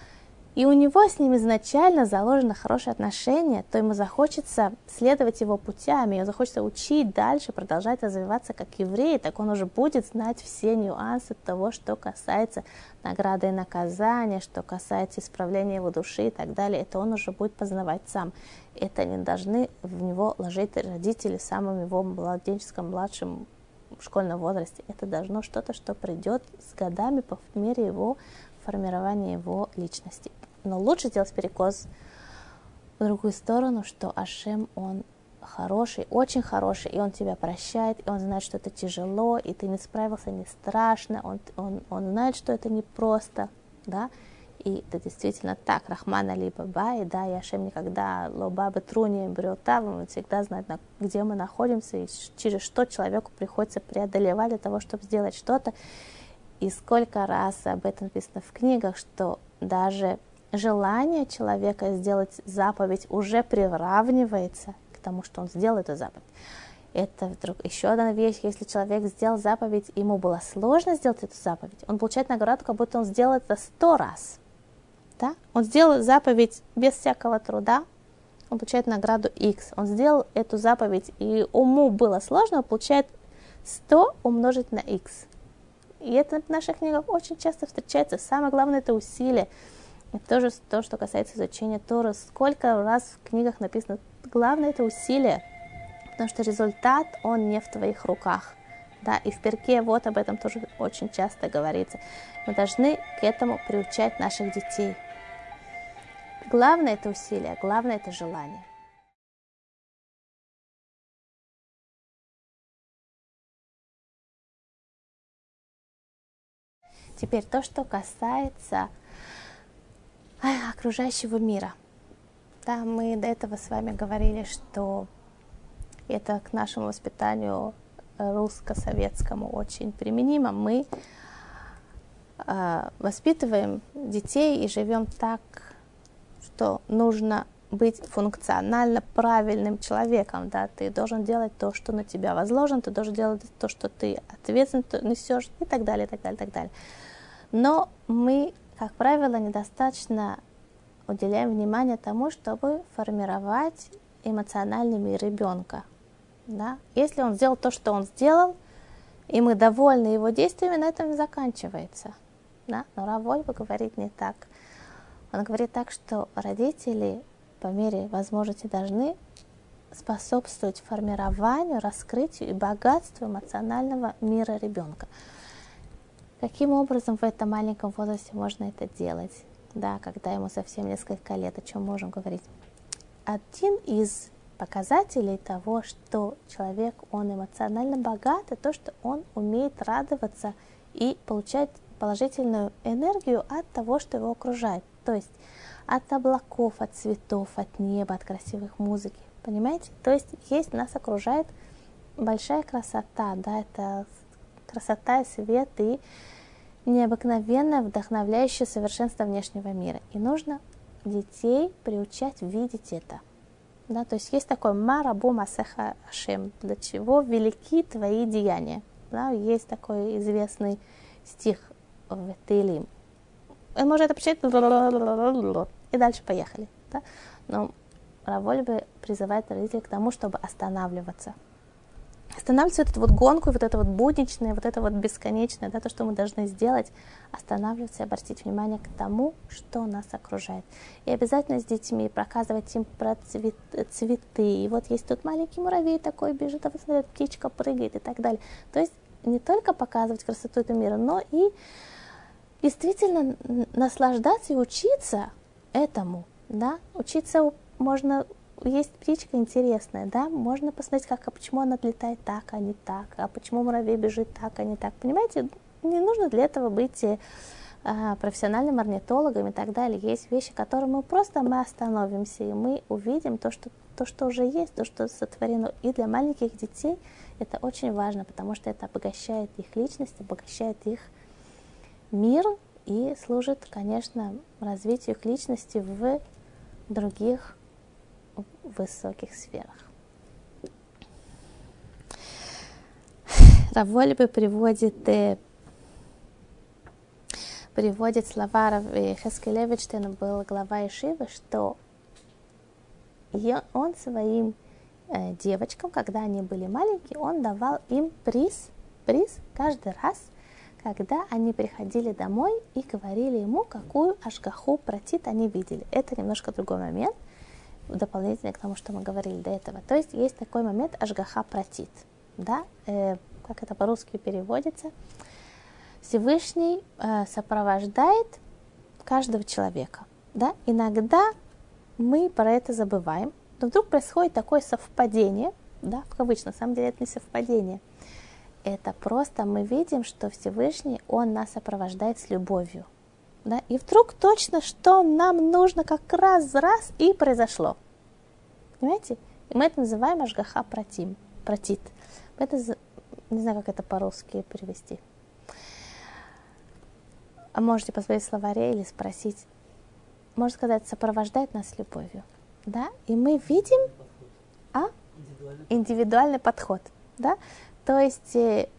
и у него с ним изначально заложено хорошее отношение, то ему захочется следовать его путями, ему захочется учить дальше, продолжать развиваться как еврей, так он уже будет знать все нюансы того, что касается награды и наказания, что касается исправления его души и так далее. Это он уже будет познавать сам. Это не должны в него ложить родители в самом его младенческом, младшем школьном возрасте. Это должно что-то, что придет с годами по мере его формирования его личности. Но лучше сделать перекос в другую сторону, что Ашем, он хороший, очень хороший, и он тебя прощает, и он знает, что это тяжело, и ты не справился, не страшно, он знает, что это непросто, да, и это действительно так, Рахмана либо Бай, да, и Ашем никогда лобабы труни брёта, он всегда знает, где мы находимся, и через что человеку приходится преодолевать для того, чтобы сделать что-то. И сколько раз об этом написано в книгах, что даже желание человека сделать заповедь уже приравнивается к тому, что он сделал эту заповедь. Это вдруг еще одна вещь: если человек сделал заповедь, ему было сложно сделать эту заповедь, он получает награду, как будто он сделал это 100 раз. Да? Он сделал заповедь без всякого труда, он получает награду X. Он сделал эту заповедь, и ему было сложно, он получает 100 умножить на X. И это в наших книгах очень часто встречается. Самое главное — это усилие. Это тоже то, что касается изучения Торы. Сколько раз в книгах написано: главное — это усилие, потому что результат, он не в твоих руках. Да? И в Перке вот об этом тоже очень часто говорится. Мы должны к этому приучать наших детей. Главное — это усилие, главное — это желание. Теперь то, что касается окружающего мира. Да, мы до этого с вами говорили, что это к нашему воспитанию русско-советскому очень применимо. Мы воспитываем детей и живем так, что нужно быть функционально правильным человеком. Да? Ты должен делать то, что на тебя возложено, ты должен делать то, что ты ответственно несешь, и так далее, и так далее, и так далее. Но мы, как правило, недостаточно уделяем внимание тому, чтобы формировать эмоциональный мир ребенка. Да? Если он сделал то, что он сделал, и мы довольны его действиями, на этом не заканчивается. Да? Но Рав Вольф говорит не так. Он говорит так, что родители по мере возможности должны способствовать формированию, раскрытию и богатству эмоционального мира ребенка. Каким образом в этом маленьком возрасте можно это делать? Да, когда ему совсем несколько лет, о чем можем говорить? Один из показателей того, что человек, он эмоционально богат, и то, что он умеет радоваться и получать положительную энергию от того, что его окружает. То есть от облаков, от цветов, от неба, от красивых музыки. Понимаете? То есть нас окружает большая красота, да, это красота и свет, и необыкновенное, вдохновляющее совершенство внешнего мира. И нужно детей приучать видеть это. Да, то есть такой «Марабу масеха Ашем», для чего велики твои деяния. Да, есть такой известный стих в Теилим. Он может это прочитать и дальше поехали. Да? Но Рав Вольбе призывает родителей к тому, чтобы останавливаться. Останавливаться вот эту вот гонку, вот это вот будничное, вот это вот бесконечное, да, то, что мы должны сделать, останавливаться и обратить внимание к тому, что нас окружает. И обязательно с детьми показывать им про цветы. И вот есть тут маленький муравей такой бежит, а вот смотрят, птичка прыгает и так далее. То есть не только показывать красоту этого мира, но и действительно наслаждаться и учиться этому. Да? Учиться можно. Есть птичка интересная, да, можно посмотреть, почему она летает так, а не так, а почему муравей бежит так, а не так. Понимаете, не нужно для этого быть профессиональным орнитологом и так далее. Есть вещи, которые мы остановимся, и мы увидим то, что уже есть, то, что сотворено. И для маленьких детей это очень важно, потому что это обогащает их личность, обогащает их мир и служит, конечно, развитию их личности в других высоких сферах. Рав Вольбе приводит слова Рав Хескеля Эвенштейна, был глава Ешивы, что он своим девочкам, когда они были маленькие, он давал им приз каждый раз, когда они приходили домой и говорили ему, какую ашгаху пратит они видели. Это немножко другой момент, дополнительно к тому, что мы говорили до этого. То есть есть такой момент ашгаха пратит. Да? Как это по-русски переводится? Всевышний сопровождает каждого человека. Да? Иногда мы про это забываем, но вдруг происходит такое совпадение, да, в кавычках, на самом деле это не совпадение. Это просто мы видим, что Всевышний, Он нас сопровождает с любовью. Да? И вдруг точно, что нам нужно как раз и произошло. Понимаете? И мы это называем ашгаха пратит. Это, не знаю, как это по-русски перевести. А можете посмотреть в словаре или спросить. Можно сказать, сопровождает нас любовью. Да? И мы видим индивидуальный подход. Да? То есть,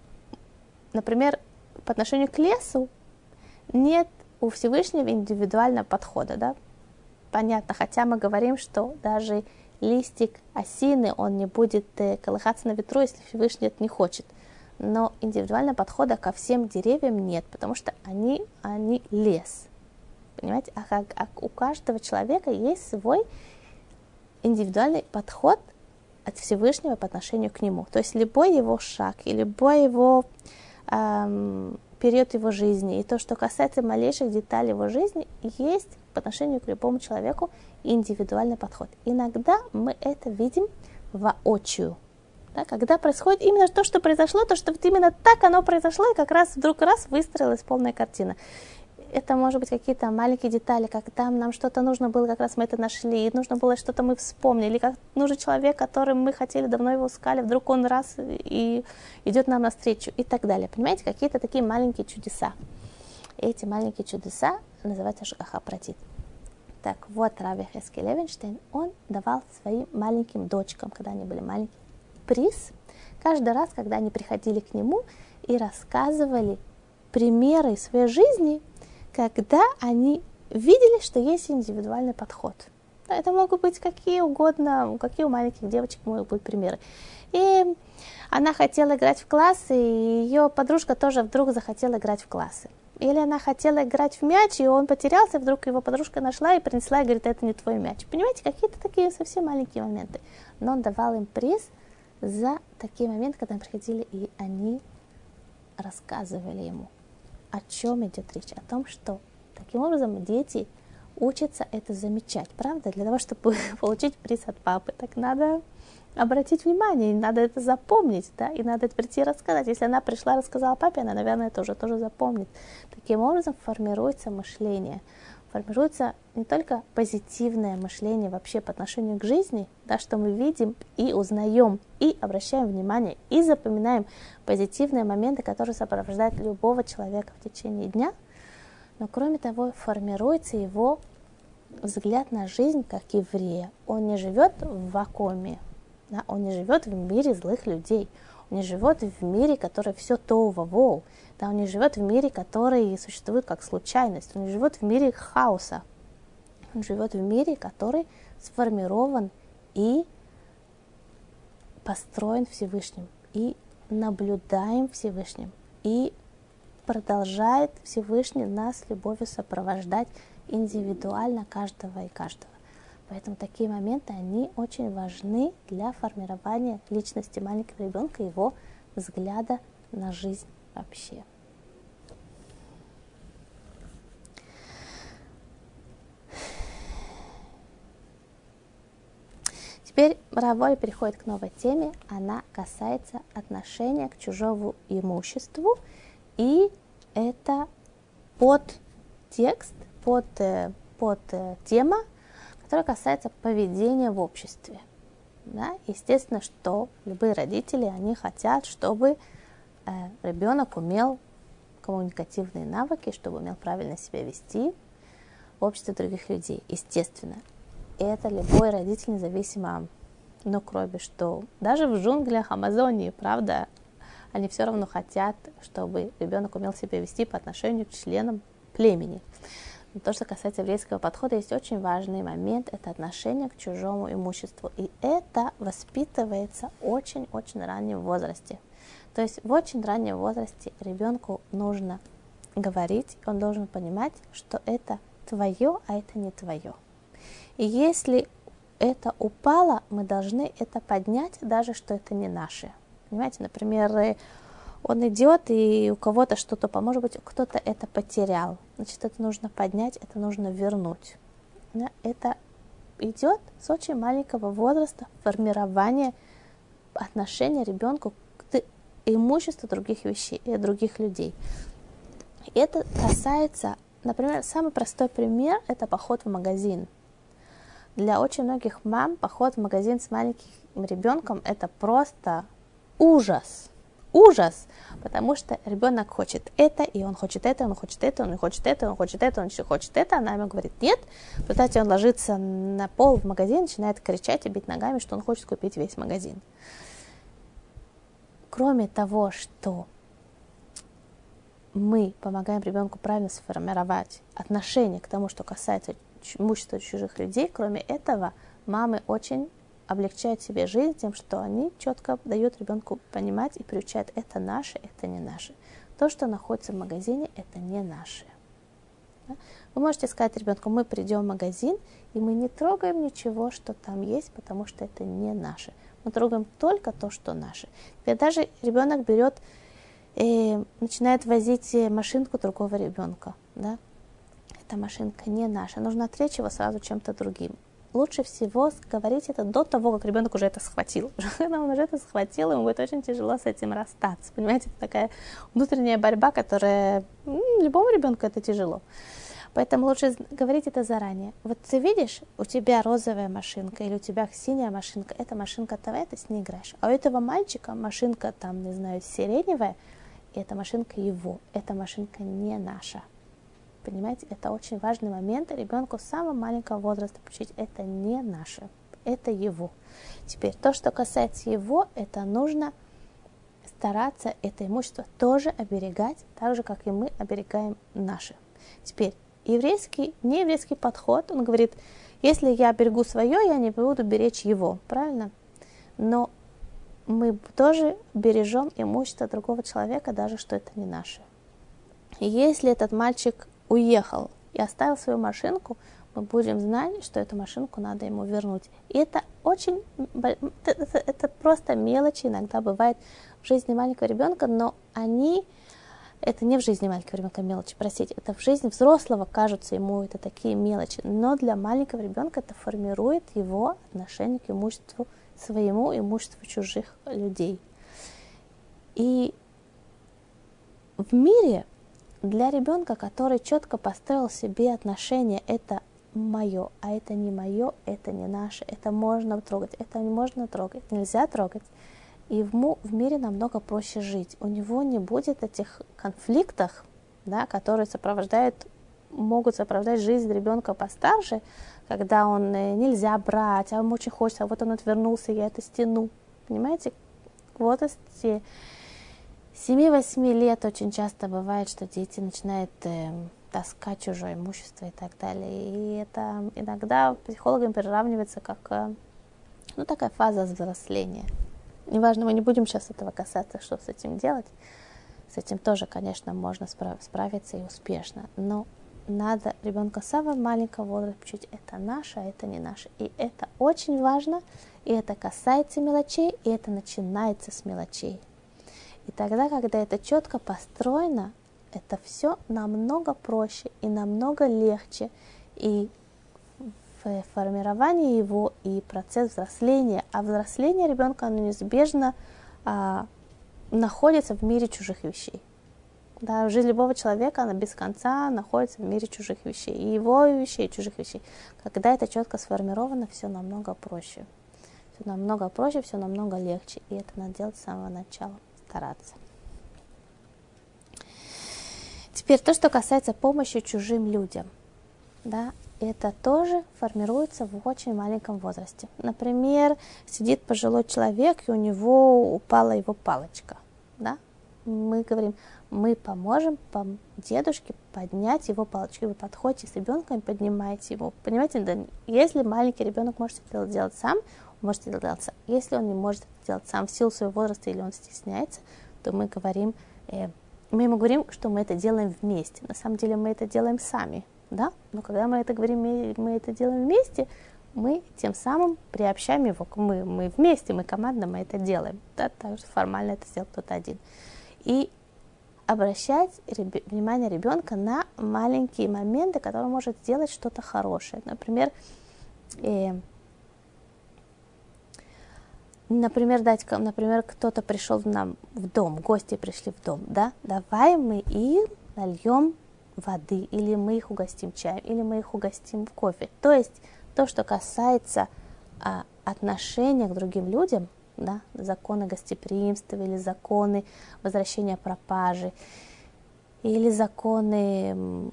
например, по отношению к лесу нет у Всевышнего индивидуального подхода, да? Понятно, хотя мы говорим, что даже листик осины, он не будет колыхаться на ветру, если Всевышний это не хочет. Но индивидуального подхода ко всем деревьям нет, потому что они лес. Понимаете? А у каждого человека есть свой индивидуальный подход от Всевышнего по отношению к нему. То есть любой его шаг и любой его период его жизни, и то, что касается малейших деталей его жизни, есть по отношению к любому человеку индивидуальный подход. Иногда мы это видим воочию. Да, когда происходит именно то, что произошло, то, что вот именно так оно произошло, и как раз вдруг выстроилась полная картина. Это может быть какие-то маленькие детали, когда нам что-то нужно было, как раз мы это нашли, и нужно было что-то мы вспомнили, как нужен человек, которым мы хотели, давно его искали, вдруг он и идет нам навстречу, и так далее. Понимаете, какие-то такие маленькие чудеса. И эти маленькие чудеса называются ашгаха пратит. Так вот, Рав Хескель Эвенштейн, он давал своим маленьким дочкам, когда они были маленькие, приз каждый раз, когда они приходили к нему и рассказывали примеры своей жизни, когда они видели, что есть индивидуальный подход. Это могут быть какие угодно, какие у маленьких девочек могут быть примеры. И она хотела играть в классы, и ее подружка тоже вдруг захотела играть в классы. Или она хотела играть в мяч, и он потерялся, и вдруг его подружка нашла и принесла, и говорит, это не твой мяч. Понимаете, какие-то такие совсем маленькие моменты. Но он давал им приз за такие моменты, когда они приходили, и они рассказывали ему, о чем идет речь. О том, что таким образом дети учится это замечать, правда? Для того, чтобы получить приз от папы, так надо обратить внимание, надо это запомнить, да, и надо это прийти и рассказать. Если она пришла, рассказала папе, она, наверное, это уже тоже запомнит. Таким образом формируется мышление, формируется не только позитивное мышление вообще по отношению к жизни, да, что мы видим и узнаем, и обращаем внимание, и запоминаем позитивные моменты, которые сопровождают любого человека в течение дня, но кроме того формируется его взгляд на жизнь как еврея. Он не живет в вакууме, да, он не живет в мире злых людей, он не живет в мире, который все тоу-ва-воу, да, он не живет в мире, который существует как случайность, он не живет в мире хаоса, он живет в мире, который сформирован и построен Всевышним, и наблюдаем Всевышним, и продолжает Всевышний нас любовью сопровождать индивидуально каждого и каждого. Поэтому такие моменты, они очень важны для формирования личности маленького ребенка, его взгляда на жизнь вообще. Теперь Раволь переходит к новой теме, она касается отношения к чужому имуществу, и это подтекст, тема, которая касается поведения в обществе. Да? Естественно, что любые родители, они хотят, чтобы ребенок умел коммуникативные навыки, чтобы умел правильно себя вести в обществе других людей. Естественно, это любой родитель, независимо, но кроме что, даже в джунглях Амазонии, правда, они все равно хотят, чтобы ребенок умел себя вести по отношению к членам племени. Но то, что касается еврейского подхода, есть очень важный момент, это отношение к чужому имуществу. И это воспитывается в очень-очень раннем возрасте. То есть в очень раннем возрасте ребенку нужно говорить, он должен понимать, что это твое, а это не твое. И если это упало, мы должны это поднять, даже что это не наше. Понимаете, например, он идет, и у кого-то что-то, может быть, кто-то это потерял. Значит, это нужно поднять, это нужно вернуть. Это идет с очень маленького возраста формирования отношения ребенку к имуществу других вещей, других людей. И это касается, например, самый простой пример – это поход в магазин. Для очень многих мам поход в магазин с маленьким ребенком – это просто ужас. Ужас, потому что ребенок хочет это, и он хочет это, он хочет это, он хочет это, он хочет это, он еще хочет это. Она ему говорит нет. В результате он ложится на пол в магазин, начинает кричать и бить ногами, что он хочет купить весь магазин. Кроме того, что мы помогаем ребенку правильно сформировать отношение к тому, что касается имущества чужих людей, кроме этого, мамы очень облегчают себе жизнь тем, что они четко дают ребенку понимать и приучают, это наше, это не наше. То, что находится в магазине, это не наше. Да? Вы можете сказать ребенку, мы придем в магазин, и мы не трогаем ничего, что там есть, потому что это не наше. Мы трогаем только то, что наше. Теперь даже ребенок берет и начинает возить машинку другого ребенка. Да? Эта машинка не наша. Нужно отвлечь его сразу чем-то другим. Лучше всего говорить это до того, как ребенок уже это схватил. Когда он уже это схватил, ему будет очень тяжело с этим расстаться. Понимаете, это такая внутренняя борьба, которая любому ребенку это тяжело. Поэтому лучше говорить это заранее. Вот ты видишь, у тебя розовая машинка или у тебя синяя машинка, эта машинка твоя, ты с ней играешь. А у этого мальчика машинка там, не знаю, сиреневая, и эта машинка его, эта машинка не наша. Понимаете, это очень важный момент. Ребенку с самого маленького возраста учить, это не наше, это его. Теперь, то, что касается его, это нужно стараться это имущество тоже оберегать, так же, как и мы оберегаем наше. Теперь, нееврейский подход, он говорит, если я берегу свое, я не буду беречь его, правильно? Но мы тоже бережем имущество другого человека, даже что это не наше. И если этот мальчик уехал и оставил свою машинку, мы будем знать, что эту машинку надо ему вернуть. И это это просто мелочи иногда бывает в жизни маленького ребенка, но они Это не в жизни маленького ребенка мелочи, простите, это в жизни взрослого кажутся ему это такие мелочи, но для маленького ребенка это формирует его отношение к имуществу своему, имуществу чужих людей. И в мире для ребенка, который четко построил себе отношения, это мое, а это не мое, это не наше, это можно трогать, это не можно трогать, нельзя трогать. И ему в мире намного проще жить. У него не будет этих конфликтов, да, которые могут сопровождать жизнь ребенка постарше, когда он нельзя брать, а ему очень хочется, а вот он отвернулся, я это стяну. Понимаете, в возрасте 7-8 лет очень часто бывает, что дети начинают таскать чужое имущество и так далее. И это иногда психологам приравнивается как такая фаза взросления. Неважно, мы не будем сейчас этого касаться, что с этим делать. С этим тоже, конечно, можно справиться и успешно. Но надо ребенка с самого маленького возраста учить, это наше, а это не наше. И это очень важно, и это касается мелочей, и это начинается с мелочей. И тогда, когда это четко построено, это все намного проще и намного легче. И в формировании его, и процесс взросления. А взросление ребенка, оно неизбежно находится в мире чужих вещей. Да, жизнь любого человека, она без конца находится в мире чужих вещей. И его вещей, и чужих вещей. Когда это четко сформировано, все намного проще. Все намного проще, все намного легче. И это надо делать с самого начала. Стараться. Теперь то, что касается помощи чужим людям. Да, это тоже формируется в очень маленьком возрасте. Например, сидит пожилой человек, и у него упала его палочка. Да? Мы говорим, мы поможем дедушке поднять его палочку. И вы подходите с ребенком и поднимаете его. Понимаете, да, если маленький ребенок может это делать сам, он может это делать сам. Если он не может это делать сам в силу своего возраста или он стесняется, то мы ему говорим, что мы это делаем вместе. На самом деле мы это делаем сами. Да? Но когда мы это говорим, мы это делаем вместе, мы тем самым приобщаем его. Мы вместе, мы командно, мы это делаем. Да? Так что формально это сделал кто-то один. И обращать внимание ребенка на маленькие моменты, которые он может сделать что-то хорошее. Например, кто-то пришел нам в дом, гости пришли в дом, да? Давай мы им нальем воды, или мы их угостим чаем, или мы их угостим кофе. То есть то, что касается отношения к другим людям, да, законы гостеприимства, или законы возвращения пропажи, или законы,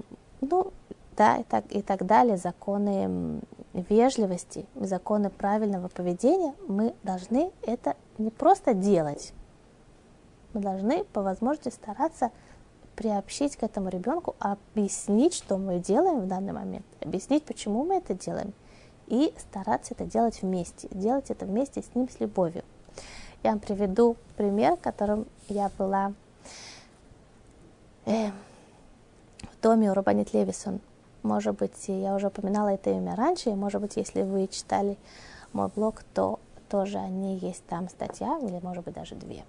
и так далее, законы вежливости, законы правильного поведения, мы должны это не просто делать, мы должны по возможности стараться приобщить к этому ребенку, объяснить, что мы делаем в данный момент, объяснить, почему мы это делаем, и стараться это делать вместе с ним с любовью. Я вам приведу пример, в котором я была в доме у Рабанит Левисон. Может быть, я уже упоминала это имя раньше, и, может быть, если вы читали мой блог, то тоже о ней есть там статья, или, может быть, даже 2.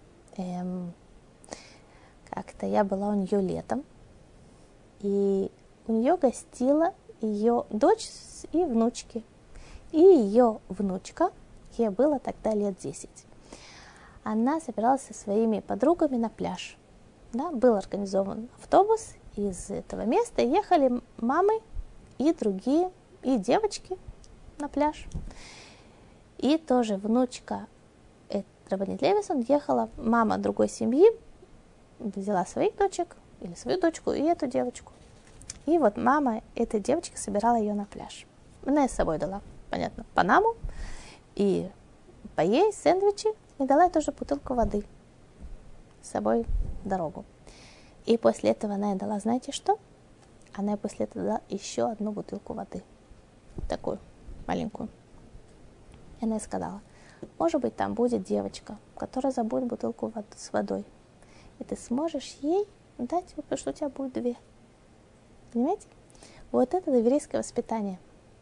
Как-то я была у нее летом, и у нее гостила ее дочь и внучки. И ее внучка, ей было тогда лет 10. Она собиралась со своими подругами на пляж. Да, был организован автобус из этого места, и ехали мамы и другие, и девочки на пляж. И тоже внучка Рабанит Левисон ехала, мама другой семьи, взяла своих дочек, или свою дочку, и эту девочку. И вот мама этой девочки собирала ее на пляж. Она ей с собой дала, понятно, панаму, и поесть, сэндвичи, и дала ей тоже бутылку воды с собой в дорогу. И после этого она ей дала, знаете что? Она ей после этого дала еще одну бутылку воды, такую маленькую. И она ей сказала, может быть, там будет девочка, которая забудет бутылку с водой. И ты сможешь ей дать, потому что у тебя будет 2. Понимаете? Вот это еврейское воспитание.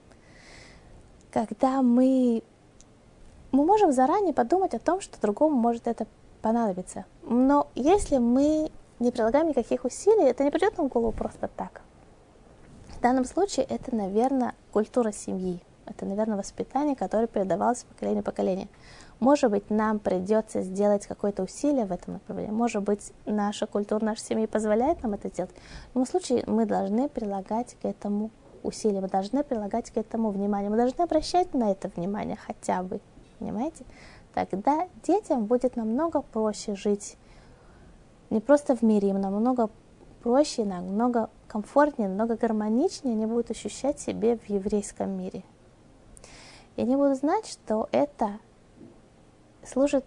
Когда мы можем заранее подумать о том, что другому может это понадобиться. Но если мы не прилагаем никаких усилий, это не придет нам в голову просто так. В данном случае это, наверное, культура семьи. Это, наверное, воспитание, которое передавалось из поколения в поколение. Может быть, нам придется сделать какое-то усилие в этом направлении. Может быть, наша культура, наша семья позволяет нам это делать. В любом случае, мы должны прилагать к этому усилия, мы должны прилагать к этому внимание, мы должны обращать на это внимание хотя бы. Понимаете? Тогда детям будет намного проще жить не просто в мире, им намного проще, намного комфортнее, намного гармоничнее они будут ощущать себя в еврейском мире. И они будут знать, что это служит,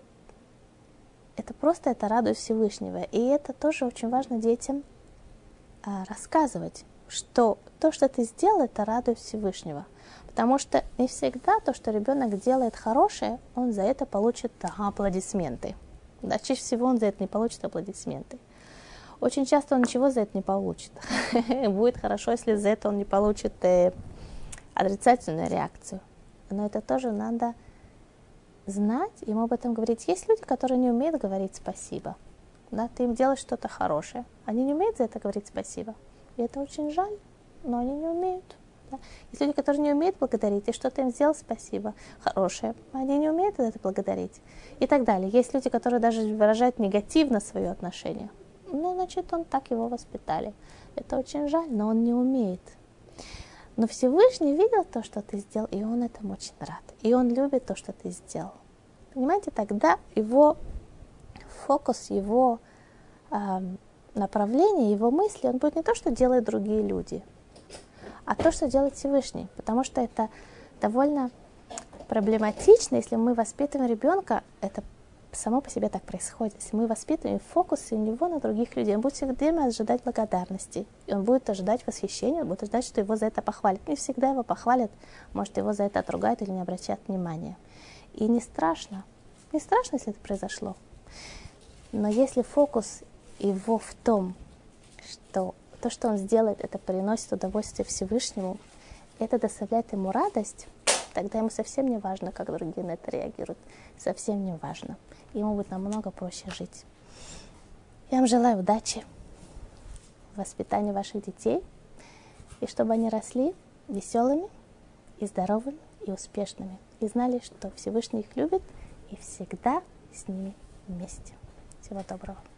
это радует Всевышнего. И это тоже очень важно детям рассказывать, что то, что ты сделал, это радует Всевышнего. Потому что не всегда то, что ребенок делает хорошее, он за это получит аплодисменты. Да, чаще всего он за это не получит аплодисменты. Очень часто он ничего за это не получит. Будет хорошо, если за это он не получит отрицательную реакцию. Но это тоже надо знать, ему об этом говорить. Есть люди, которые не умеют говорить спасибо. Да, ты им делаешь что-то хорошее. Они не умеют за это говорить спасибо. И это очень жаль, но они не умеют. Да. Есть люди, которые не умеют благодарить, и что-то им сделал спасибо хорошее, они не умеют за это благодарить. И так далее. Есть люди, которые даже выражают негативно свое отношение. Ну, значит, он так его воспитали. Это очень жаль, но он не умеет. Но Всевышний видел то, что ты сделал, и он этому очень рад. И он любит то, что ты сделал. Понимаете, тогда его фокус, его направление, его мысли, он будет не то, что делают другие люди, а то, что делает Всевышний. Потому что это довольно проблематично, если мы воспитываем ребенка, это само по себе так происходит. Если мы воспитываем фокус у него на других людей, он будет всегда время ожидать благодарности. И он будет ожидать восхищения, он будет ожидать, что его за это похвалят. Не всегда его похвалят, может, его за это отругают или не обращают внимания. И не страшно. Не страшно, если это произошло. Но если фокус его в том, что то, что он сделает, это приносит удовольствие Всевышнему, это доставляет ему радость, тогда ему совсем не важно, как другие на это реагируют. Совсем не важно. Ему будет намного проще жить. Я вам желаю удачи в воспитании ваших детей, и чтобы они росли веселыми, и здоровыми, и успешными, и знали, что Всевышний их любит и всегда с ними вместе. Всего доброго.